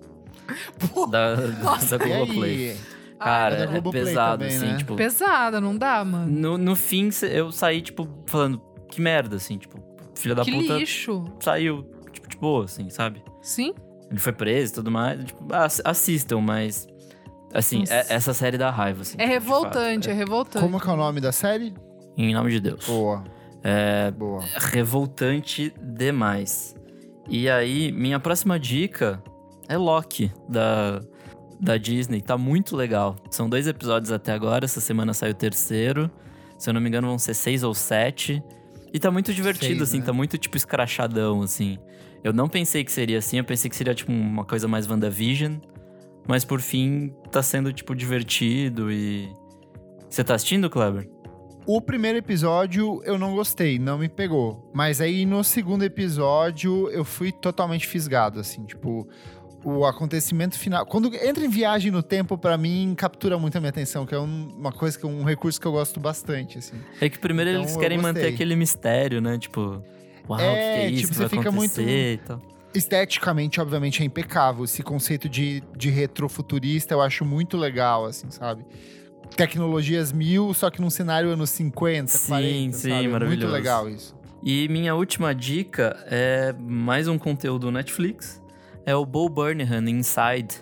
da, Nossa. da E Globoplay. aí? Cara, É da é Globoplay pesado, também, assim, né? tipo. Pesada, não dá, mano. No, no fim, cê- eu saí, tipo, falando, que merda, assim, tipo, filha da Que puta lixo. saiu, tipo, de boa, assim, sabe? Sim? Ele foi preso e tudo mais. Tipo, ass- assistam, mas. Assim, Nossa. é- essa série dá raiva, assim. É tipo, de revoltante, fato. é revoltante. Como que é o nome da série? É, em nome de Deus. Boa. É. Boa. Revoltante demais. E aí, minha próxima dica é Loki, da, da Disney. Tá muito legal. São dois episódios até agora, essa semana sai o terceiro. Se eu não me engano, vão ser seis ou sete. E tá muito divertido, Seis, assim, né? tá muito, tipo, escrachadão, assim. Eu não pensei que seria assim, eu pensei que seria, tipo, uma coisa mais WandaVision. Mas, por fim, tá sendo, tipo, divertido e... Você tá assistindo, Kleber? O primeiro episódio eu não gostei, não me pegou. Mas aí no segundo episódio eu fui totalmente fisgado, assim, tipo, o acontecimento final. Quando entra em viagem no tempo, pra mim, captura muito a minha atenção, que é um- uma coisa que um recurso que eu gosto bastante, assim. É que primeiro Então, eles eu querem manter gostei. aquele mistério, né? Tipo, uau, o que, que É, é isso tipo, que você vai fica muito- acontecer e tal. Esteticamente, obviamente, é impecável. Esse conceito de, de retrofuturista eu acho muito legal, assim, sabe? Tecnologias mil, só que num cenário anos cinquenta, Sim, quarenta, sim, sabe? É maravilhoso. Muito legal isso. E minha última dica é mais um conteúdo Netflix. É o Bo Burnham Inside.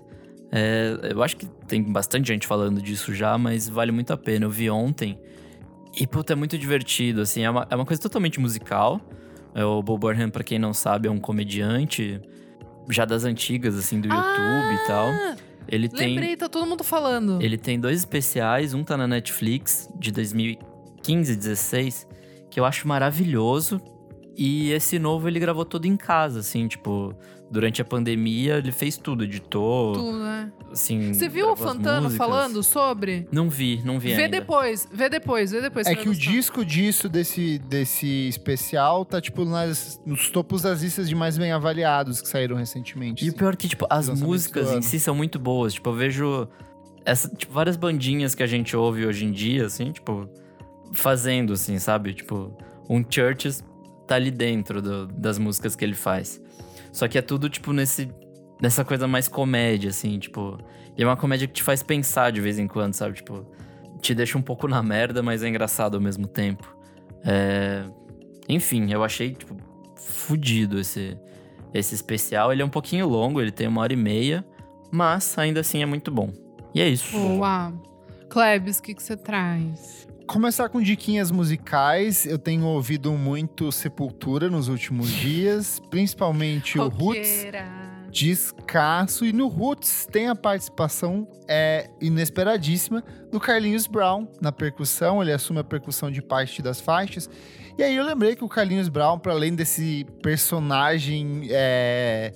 É, eu acho que tem bastante gente falando disso já, mas vale muito a pena. Eu vi ontem. E, puta, é muito divertido, assim. É uma, é uma coisa totalmente musical. É, o Bo Burnham, pra quem não sabe, é um comediante já das antigas, assim, do YouTube e tal. Ah, Ele tem... lembrei, tá todo mundo falando. Ele tem dois especiais, um tá na Netflix, de dois mil e quinze, dezesseis, que eu acho maravilhoso. E esse novo ele gravou todo em casa, assim, tipo, durante a pandemia ele fez tudo, editou, Tudo, né? assim. Você viu o gravou as Fantano músicas. falando sobre? Não vi, não vi Vê ainda. depois, vê depois, vê depois. É você que vai o gostar. disco disso, desse, desse especial, tá, tipo, nas, nos topos das listas de mais bem avaliados que saíram recentemente. E o assim. pior é que, tipo, as Lançamentos músicas do em ano. si são muito boas. Tipo, eu vejo essa, tipo, várias bandinhas que a gente ouve hoje em dia, assim, tipo, fazendo, assim, sabe? Tipo, um Churches tá ali dentro do- das músicas que ele faz. Só que é tudo, tipo, nesse Dessa coisa mais comédia, assim, tipo... E é uma comédia que te faz pensar de vez em quando, sabe? Tipo, te deixa um pouco na merda, mas é engraçado ao mesmo tempo. É... Enfim, eu achei, tipo, fudido esse, esse especial. Ele é um pouquinho longo, ele tem uma hora e meia, mas ainda assim é muito bom. E é isso. Boa. Klebs, o que que você traz? Começar com diquinhas musicais. Eu tenho ouvido muito Sepultura nos últimos dias, principalmente o Roots. Descasso. E no Roots tem a participação é, inesperadíssima do Carlinhos Brown na percussão. Ele assume a percussão de parte das faixas. E aí eu lembrei que o Carlinhos Brown, para além desse personagem é,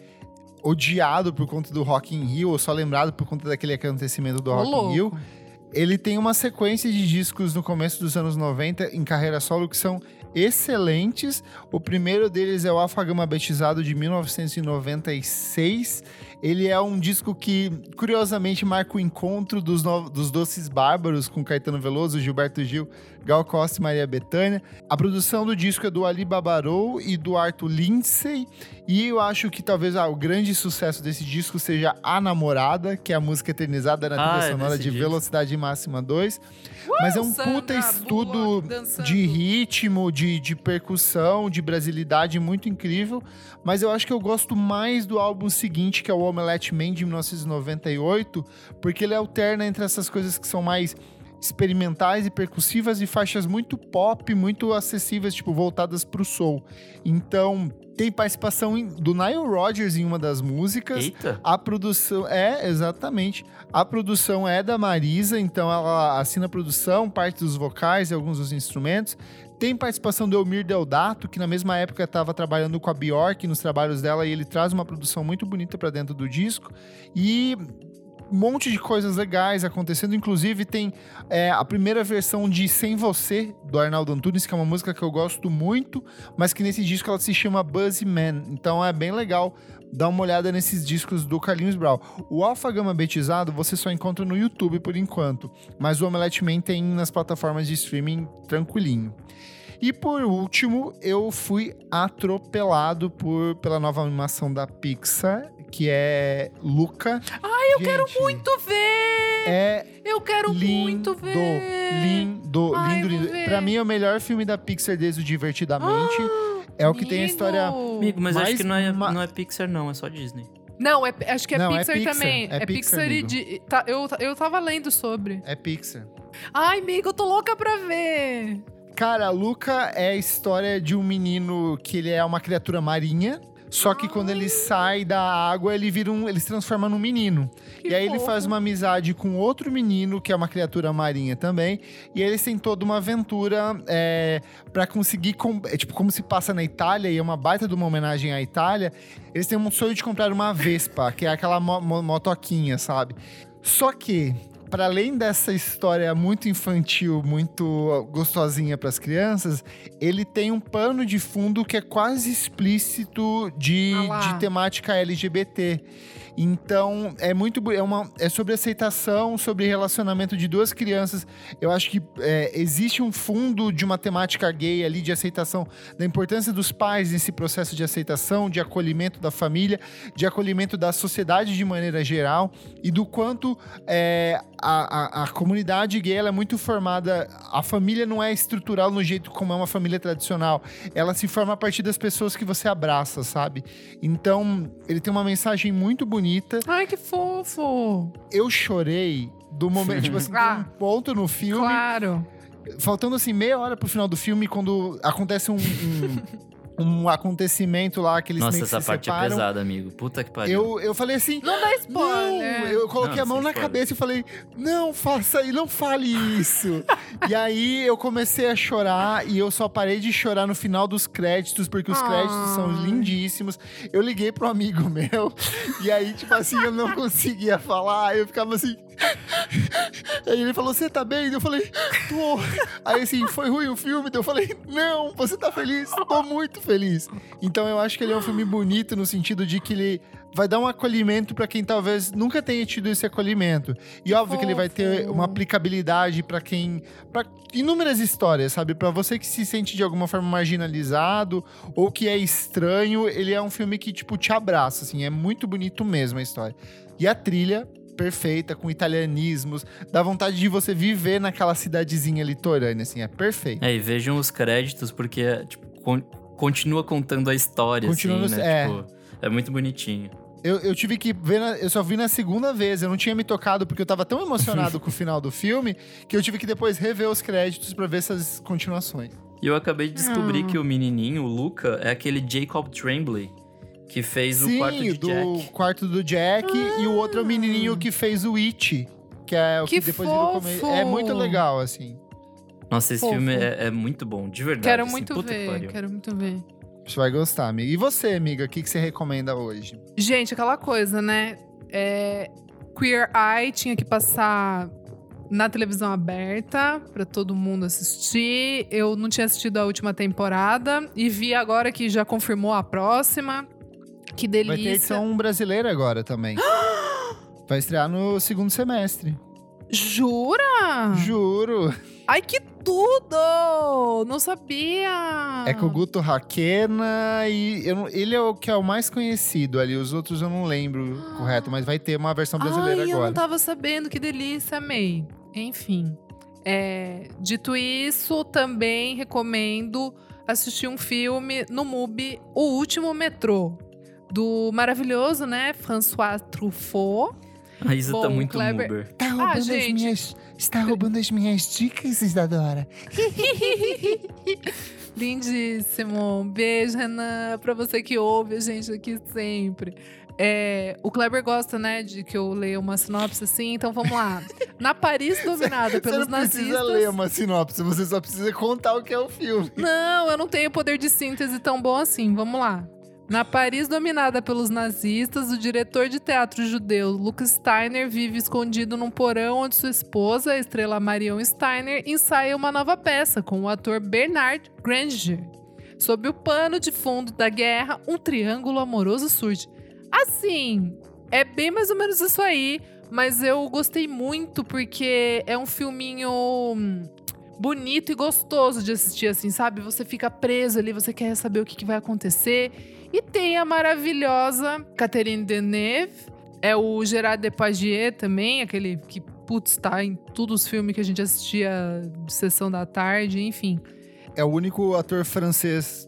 odiado por conta do Rock in Rio, ou só lembrado por conta daquele acontecimento do Rock in Rio, ele tem uma sequência de discos no começo dos anos noventa em carreira solo que são excelentes. O primeiro deles é o Alpha Gamma Batizado de mil novecentos e noventa e seis. Ele é um disco que, curiosamente, marca o encontro dos, no... dos Doces Bárbaros com Caetano Veloso, Gilberto Gil, Gal Costa e Maria Bethânia. A produção do disco é do Ali Babarou e do Arthur Lindsay. E eu acho que talvez ah, o grande sucesso desse disco seja A Namorada, que é a música eternizada na trilha ah, sonora é de disco. Velocidade Máxima dois. Uh, Mas é um Sandra, puta estudo boa, de ritmo, de, de percussão, de brasilidade muito incrível. Mas eu acho que eu gosto mais do álbum seguinte, que é o Omelette Man, de mil novecentos e noventa e oito, porque ele alterna entre essas coisas que são mais experimentais e percussivas e faixas muito pop, muito acessíveis, tipo, voltadas pro soul. Então, tem participação em, do Nile Rodgers em uma das músicas. Eita! A produção... É, exatamente. A produção é da Marisa, então ela assina a produção, parte dos vocais e alguns dos instrumentos. Tem participação do Elmir Deodato, que na mesma época estava trabalhando com a Bjork nos trabalhos dela, e ele traz uma produção muito bonita para dentro do disco. E um monte de coisas legais acontecendo. Inclusive, tem é, a primeira versão de Sem Você, do Arnaldo Antunes, que é uma música que eu gosto muito, mas que nesse disco ela se chama Buzzy Man. Então é bem legal dar uma olhada nesses discos do Carlinhos Brown. O Alpha Gamma Betizado você só encontra no YouTube por enquanto, mas o Omelette Man tem nas plataformas de streaming tranquilinho. E por último, eu fui atropelado por, pela nova animação da Pixar, que é Luca. Ai, eu Gente, quero muito ver! É Eu quero lindo, muito ver! lindo, Ai, lindo, vou lindo. ver. Pra mim é o melhor filme da Pixar desde o Divertidamente. Ah, é o que tem a amigo. história... Amigo, mas Mais acho que não é, uma- não é Pixar não, é só Disney. Não, é, acho que é, Não, é Pixar, Pixar, também. é É, Pixar, Pixar, e amigo. de, tá, eu, eu tava lendo sobre. É Pixar. Ai, amigo, eu tô louca pra ver. Cara, Luca é a história de um menino que ele é uma criatura marinha. Só que quando ele sai da água, ele vira um, ele se transforma num menino. Que e aí ele fofo. faz uma amizade com outro menino, que é uma criatura marinha também. E aí eles têm toda uma aventura é, para conseguir... Com, é, tipo, como se passa na Itália, e é uma baita de uma homenagem à Itália. Eles têm um sonho de comprar uma Vespa, que é aquela mo- mo- motoquinha, sabe? Só que... para além dessa história muito infantil, muito gostosinha para as crianças, ele tem um pano de fundo que é quase explícito de, Ah lá. de temática L G B T. Então, é muito bu- é, uma, é sobre aceitação, sobre relacionamento de duas crianças. Eu acho que é, existe um fundo de uma temática gay ali, de aceitação, da importância dos pais nesse processo de aceitação, de acolhimento da família, de acolhimento da sociedade de maneira geral, e do quanto é, a, a, a comunidade gay ela é muito formada. A família não é estrutural no jeito como é uma família tradicional. Ela se forma a partir das pessoas que você abraça, sabe? Então, ele tem uma mensagem muito bonita. Ai, que fofo. Eu chorei do momento, tipo assim, tem Ah, um ponto no filme, Claro. faltando assim meia hora pro final do filme, quando acontece um, um, um acontecimento lá que eles Nossa, meio que essa se parte é separam. pesada, amigo. Puta que pariu. Eu, eu falei assim, Não dá spoiler. não, eu coloquei Não, a mão sem na spoiler. cabeça e falei, não faça e não fale isso. E aí eu comecei a chorar e eu só parei de chorar no final dos créditos, porque os Ai. créditos são lindíssimos. Eu liguei pro amigo meu e aí, tipo assim, eu não conseguia falar. Eu ficava assim, Aí ele falou, você tá bem? Eu falei, tô. Aí assim, foi ruim o filme? Eu falei, não, você tá feliz? Tô muito feliz. Então eu acho que ele é um filme bonito no sentido de que ele vai dar um acolhimento pra quem talvez nunca tenha tido esse acolhimento. E óbvio que ele vai ter uma aplicabilidade pra quem... Pra inúmeras histórias, sabe? Pra você que se sente de alguma forma marginalizado ou que é estranho, ele é um filme que, tipo, te abraça, assim. É muito bonito mesmo a história. E a trilha... perfeita, com italianismos, dá vontade de você viver naquela cidadezinha litorânea, assim, é perfeito. É, e vejam os créditos, porque, tipo, con- continua contando a história, Continua, assim, né? é. Tipo, é muito bonitinho. Eu, eu tive que ver, na, eu só vi na segunda vez, eu não tinha me tocado porque eu tava tão emocionado com o final do filme, que eu tive que depois rever os créditos pra ver essas continuações. E eu acabei de descobrir Ah. que o menininho, o Luca, é aquele Jacob Tremblay, que fez Sim, o quarto de do Jack. quarto do Jack, ah. e o outro é o menininho que fez o It, que é o que, Que depois virou fofo. comédia. É muito legal, assim. Nossa, esse Fofo. filme é, é muito bom, de verdade. Quero assim, muito puta que ver, pariu. quero muito ver. Você vai gostar, amiga. E você, amiga, o que, que você recomenda hoje? Gente, aquela coisa, né? É, Queer Eye tinha que passar na televisão aberta pra todo mundo assistir. Eu não tinha assistido a última temporada e vi agora que já confirmou a próxima. Que delícia. Vai ter edição brasileira agora também. Vai estrear no segundo semestre. Jura? Juro. Ai, que tudo! Não sabia! É com o Guto Hakena e eu não- ele é o que é o mais conhecido ali. Os outros eu não lembro correto, mas vai ter uma versão brasileira Ai, eu agora. não tava sabendo, que delícia, amei. Enfim, é, dito isso, também recomendo assistir um filme no MUBI, O Último Metrô, do maravilhoso, né, François Truffaut. A Isa tá Bom, muito Kleber- Uber. Tá roubando as gente. minhas, está roubando as minhas dicas, Isadora. Lindíssimo. Um beijo, Renan, pra você que ouve a gente aqui sempre. É, o Kleber gosta, né, de que eu leia uma sinopse assim, então vamos lá. Na Paris dominada pelos Você não precisa nazistas... ler uma sinopse, você só precisa contar o que é o filme. Não, eu não tenho poder de síntese tão bom assim. Vamos lá. Na Paris dominada pelos nazistas, o diretor de teatro judeu Luc Steiner vive escondido num porão onde sua esposa, a estrela Marion Steiner, ensaia uma nova peça com o ator Bernard Granger. Sob o pano de fundo da guerra, um triângulo amoroso surge. Assim, é bem mais ou menos isso aí, mas eu gostei muito porque é um filminho hum, bonito e gostoso de assistir, assim, sabe? Você fica preso ali, você quer saber o que, que vai acontecer. E tem a maravilhosa Catherine Deneuve, é o Gerard Depardieu também, aquele que, putz, tá em todos os filmes que a gente assistia de sessão da tarde, enfim. É o único ator francês.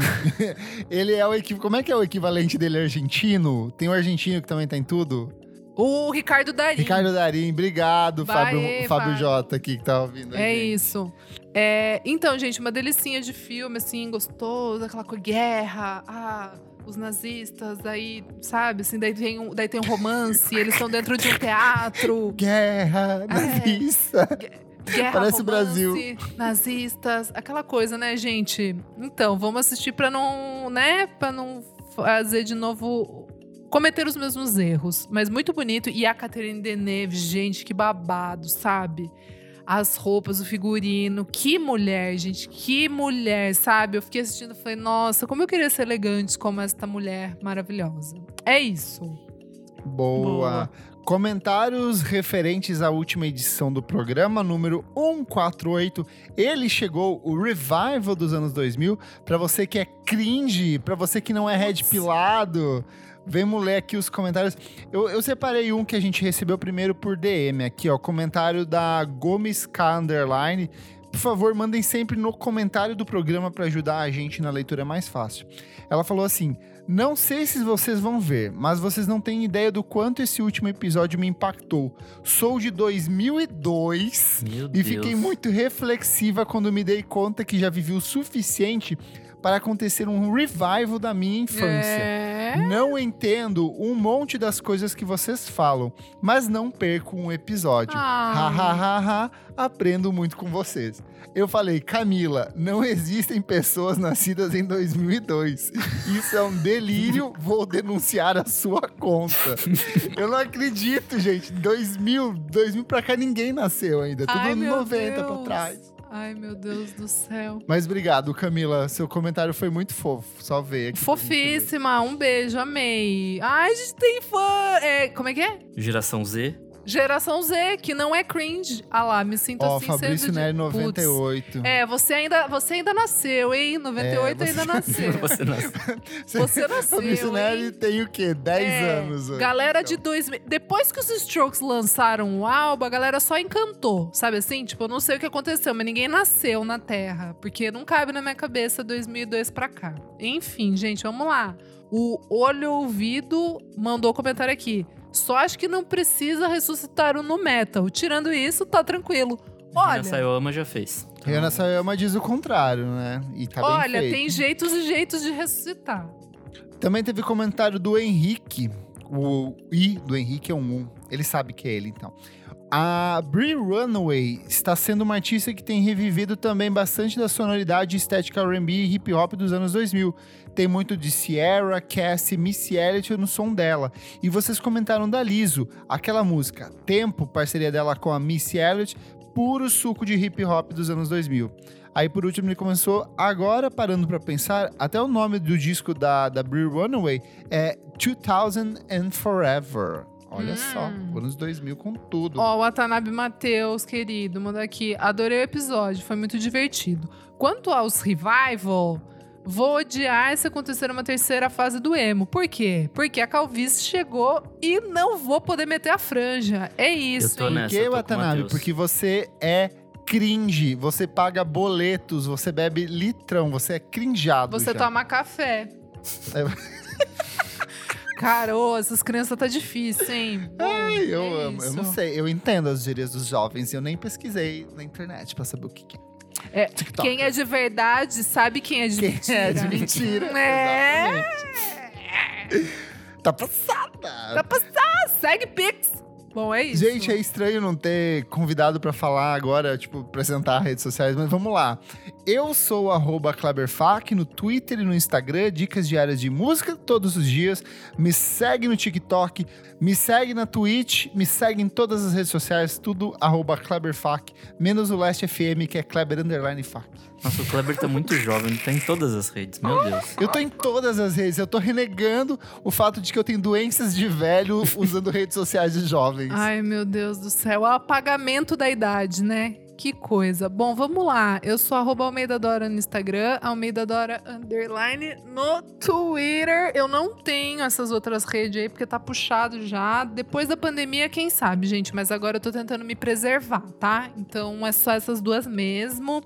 Ele é o equivalente. Como é que é o equivalente dele argentino? Tem um argentino que também tá em tudo? O Ricardo Darín. Ricardo Darín, obrigado, Vai, Fábio, Fábio. Fábio J aqui que tá ouvindo. a É gente. isso. É, então, gente, uma delicinha de filme, assim, gostoso, aquela coisa, guerra, ah, os nazistas, aí, sabe, assim, daí tem um, daí tem um romance, eles estão dentro de um teatro. Guerra, nazista. Guerra, Parece o romance, Brasil. nazistas, aquela coisa, né, gente? Então, vamos assistir pra não, né, pra não fazer de novo, cometer os mesmos erros. Mas muito bonito. E a Catherine Deneuve, gente, que babado, sabe? As roupas, o figurino. Que mulher, gente, que mulher, sabe? Eu fiquei assistindo e falei, nossa, como eu queria ser elegante como esta mulher maravilhosa. É isso. Boa. Boa. Comentários referentes à última edição do programa, número cento e quarenta e oito. Ele chegou, o revival dos anos dois mil. Pra você que é cringe, pra você que não é red pilado, vem ler aqui os comentários. Eu, eu separei um que a gente recebeu primeiro por D M aqui, ó. Comentário da Gomes K Underline. Por favor, mandem sempre no comentário do programa pra ajudar a gente na leitura mais fácil. Ela falou assim: não sei se vocês vão ver, mas vocês não têm ideia do quanto esse último episódio me impactou. Sou de dois mil e dois Meu e Deus. fiquei muito reflexiva quando me dei conta que já vivi o suficiente para acontecer um revival da minha infância. É. É? Não entendo um monte das coisas que vocês falam, mas não perco um episódio. Ah. Ha, ha, ha, ha, aprendo muito com vocês. Eu falei, Camila, não existem pessoas nascidas em dois mil e dois. Isso é um delírio, vou denunciar a sua conta. Eu não acredito, gente. dois mil, dois mil pra cá ninguém nasceu ainda. Tudo Ai, meu noventa Deus. pra trás. Ai, meu Deus do céu. Mas obrigado, Camila. Seu comentário foi muito fofo. Só ver aqui. Fofíssima, um beijo, amei. Ai, a gente tem fã. É, como é que é? Geração Z. Geração Z, que não é cringe. Ah lá, me sinto Ó, assim Fabrício sendo de... Nery, noventa e oito. Putz. É, você ainda, você ainda nasceu, hein? noventa e oito É, ainda você- nasceu. Você nasceu. Você nasceu, Fabrício Nery hein? tem o quê? dez É, anos hoje. Galera de Então. dois mil. Depois que os Strokes lançaram o álbum, a galera só encantou. Sabe assim? Tipo, eu não sei o que aconteceu, mas ninguém nasceu na Terra. Porque não cabe na minha cabeça dois mil e dois pra cá. Enfim, gente, vamos lá. O Olho Ouvido mandou comentário aqui. Só acho que não precisa ressuscitar o no metal. Tirando isso, tá tranquilo. Olha, Olha. Sayama já fez. Rihanna Sayama diz o contrário, né? E tá olha, bem feito. tem jeitos e jeitos de ressuscitar. Também teve comentário do Henrique. O I do Henrique é um um. Ele sabe que é ele, então. A Brie Runaway está sendo uma artista que tem revivido também bastante da sonoridade e estética R and B e hip hop dos anos dois mil. Tem muito de Ciara, Cassie, Missy Elliott no som dela. E vocês comentaram da Lizzo, aquela música Tempo, parceria dela com a Missy Elliott, puro suco de hip hop dos anos dois mil. Aí por último ele começou, agora parando pra pensar, até o nome do disco da, da Brie Runaway é two thousand and Forever. Olha Hum. só, anos dois mil com tudo. Ó, o Watanabe Matheus, querido, manda aqui. Adorei o episódio, foi muito divertido. Quanto aos revival, vou odiar se acontecer uma terceira fase do emo. Por quê? Porque a calvície chegou e não vou poder meter a franja. É isso, Eu tô hein? nessa. Por que, tô com o Watanabe? Matheus. Porque você é cringe, você paga boletos, você bebe litrão, você é crinjado Você já. toma café. É. Cara, ô, essas crianças tá difícil, hein? Bom, Ai, eu é amo. Eu isso. não sei, eu entendo as gírias dos jovens e eu nem pesquisei na internet pra saber o que, que é. É, TikTok. quem é de verdade sabe quem é de Quem mentira. é de mentira. É. Exatamente. Tá passada. Tá passando, segue Pix. Bom, é isso. Gente, é estranho não ter convidado pra falar agora, tipo, apresentar redes sociais, mas vamos lá. Eu sou o arroba Kleberfac no Twitter e no Instagram, dicas diárias de música todos os dias. Me segue no TikTok, me segue na Twitch, me segue em todas as redes sociais, tudo arroba Kleberfac, menos o Last F M, que é Kleber Underline Fac. Nossa, o Kleber tá muito jovem, ele tá em todas as redes, meu Deus. Eu tô em todas as redes, eu tô renegando o fato de que eu tenho doenças de velho usando redes sociais de jovens. Ai, meu Deus do céu. O apagamento da idade, né? Que coisa. Bom, vamos lá. Eu sou arroba Almeida Dora no Instagram, Almeida Dora underline no Twitter. Eu não tenho essas outras redes aí, porque tá puxado já. Depois da pandemia, quem sabe, gente? Mas agora eu tô tentando me preservar, tá? Então é só essas duas mesmo.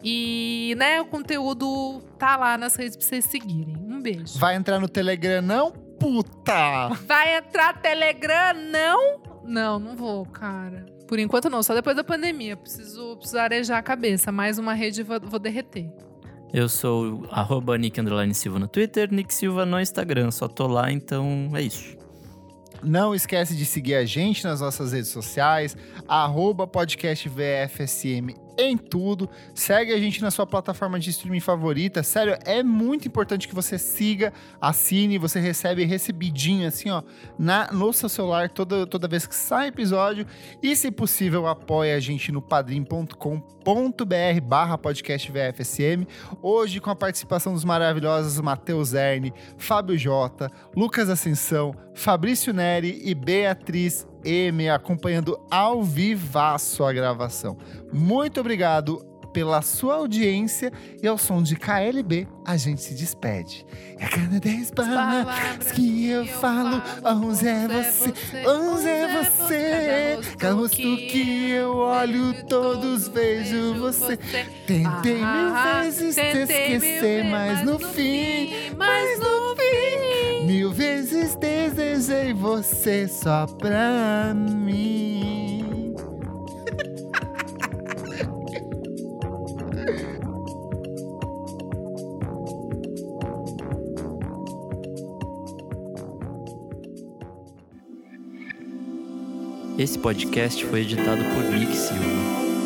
E, né, o conteúdo tá lá nas redes pra vocês seguirem. Um beijo. Vai entrar no Telegram, não? Puta! Vai entrar Telegram? Não? Não, não vou, cara. Por enquanto não, só depois da pandemia. Preciso, preciso arejar a cabeça. Mais uma rede vou, vou derreter. Eu sou o arroba Nick Underline Silva no Twitter, Nick Silva no Instagram. Só tô lá, então é isso. Não esquece de seguir a gente nas nossas redes sociais, arroba podcast V F S M em tudo. Segue a gente na sua plataforma de streaming favorita. Sério, é muito importante que você siga, assine, você recebe recebidinho assim, ó, na, no seu celular toda, toda vez que sai episódio. E, se possível, apoie a gente no padrim ponto com ponto b r barra podcast V F S M. Hoje, com a participação dos maravilhosos Matheus Erne, Fábio Jota, Lucas Ascensão, Fabrício Neri e Beatriz M, acompanhando ao vivaço a gravação. Muito obrigado pela sua audiência e ao som de K L B, a gente se despede. É cada dez palavras que eu falo, onze é você, onze é você. Cada rosto que eu olho, todos vejo você. Tentei mil vezes te esquecer, mas no fim, mas no fim, mil vezes desejei você só pra mim. Esse podcast foi editado por Nick Silva.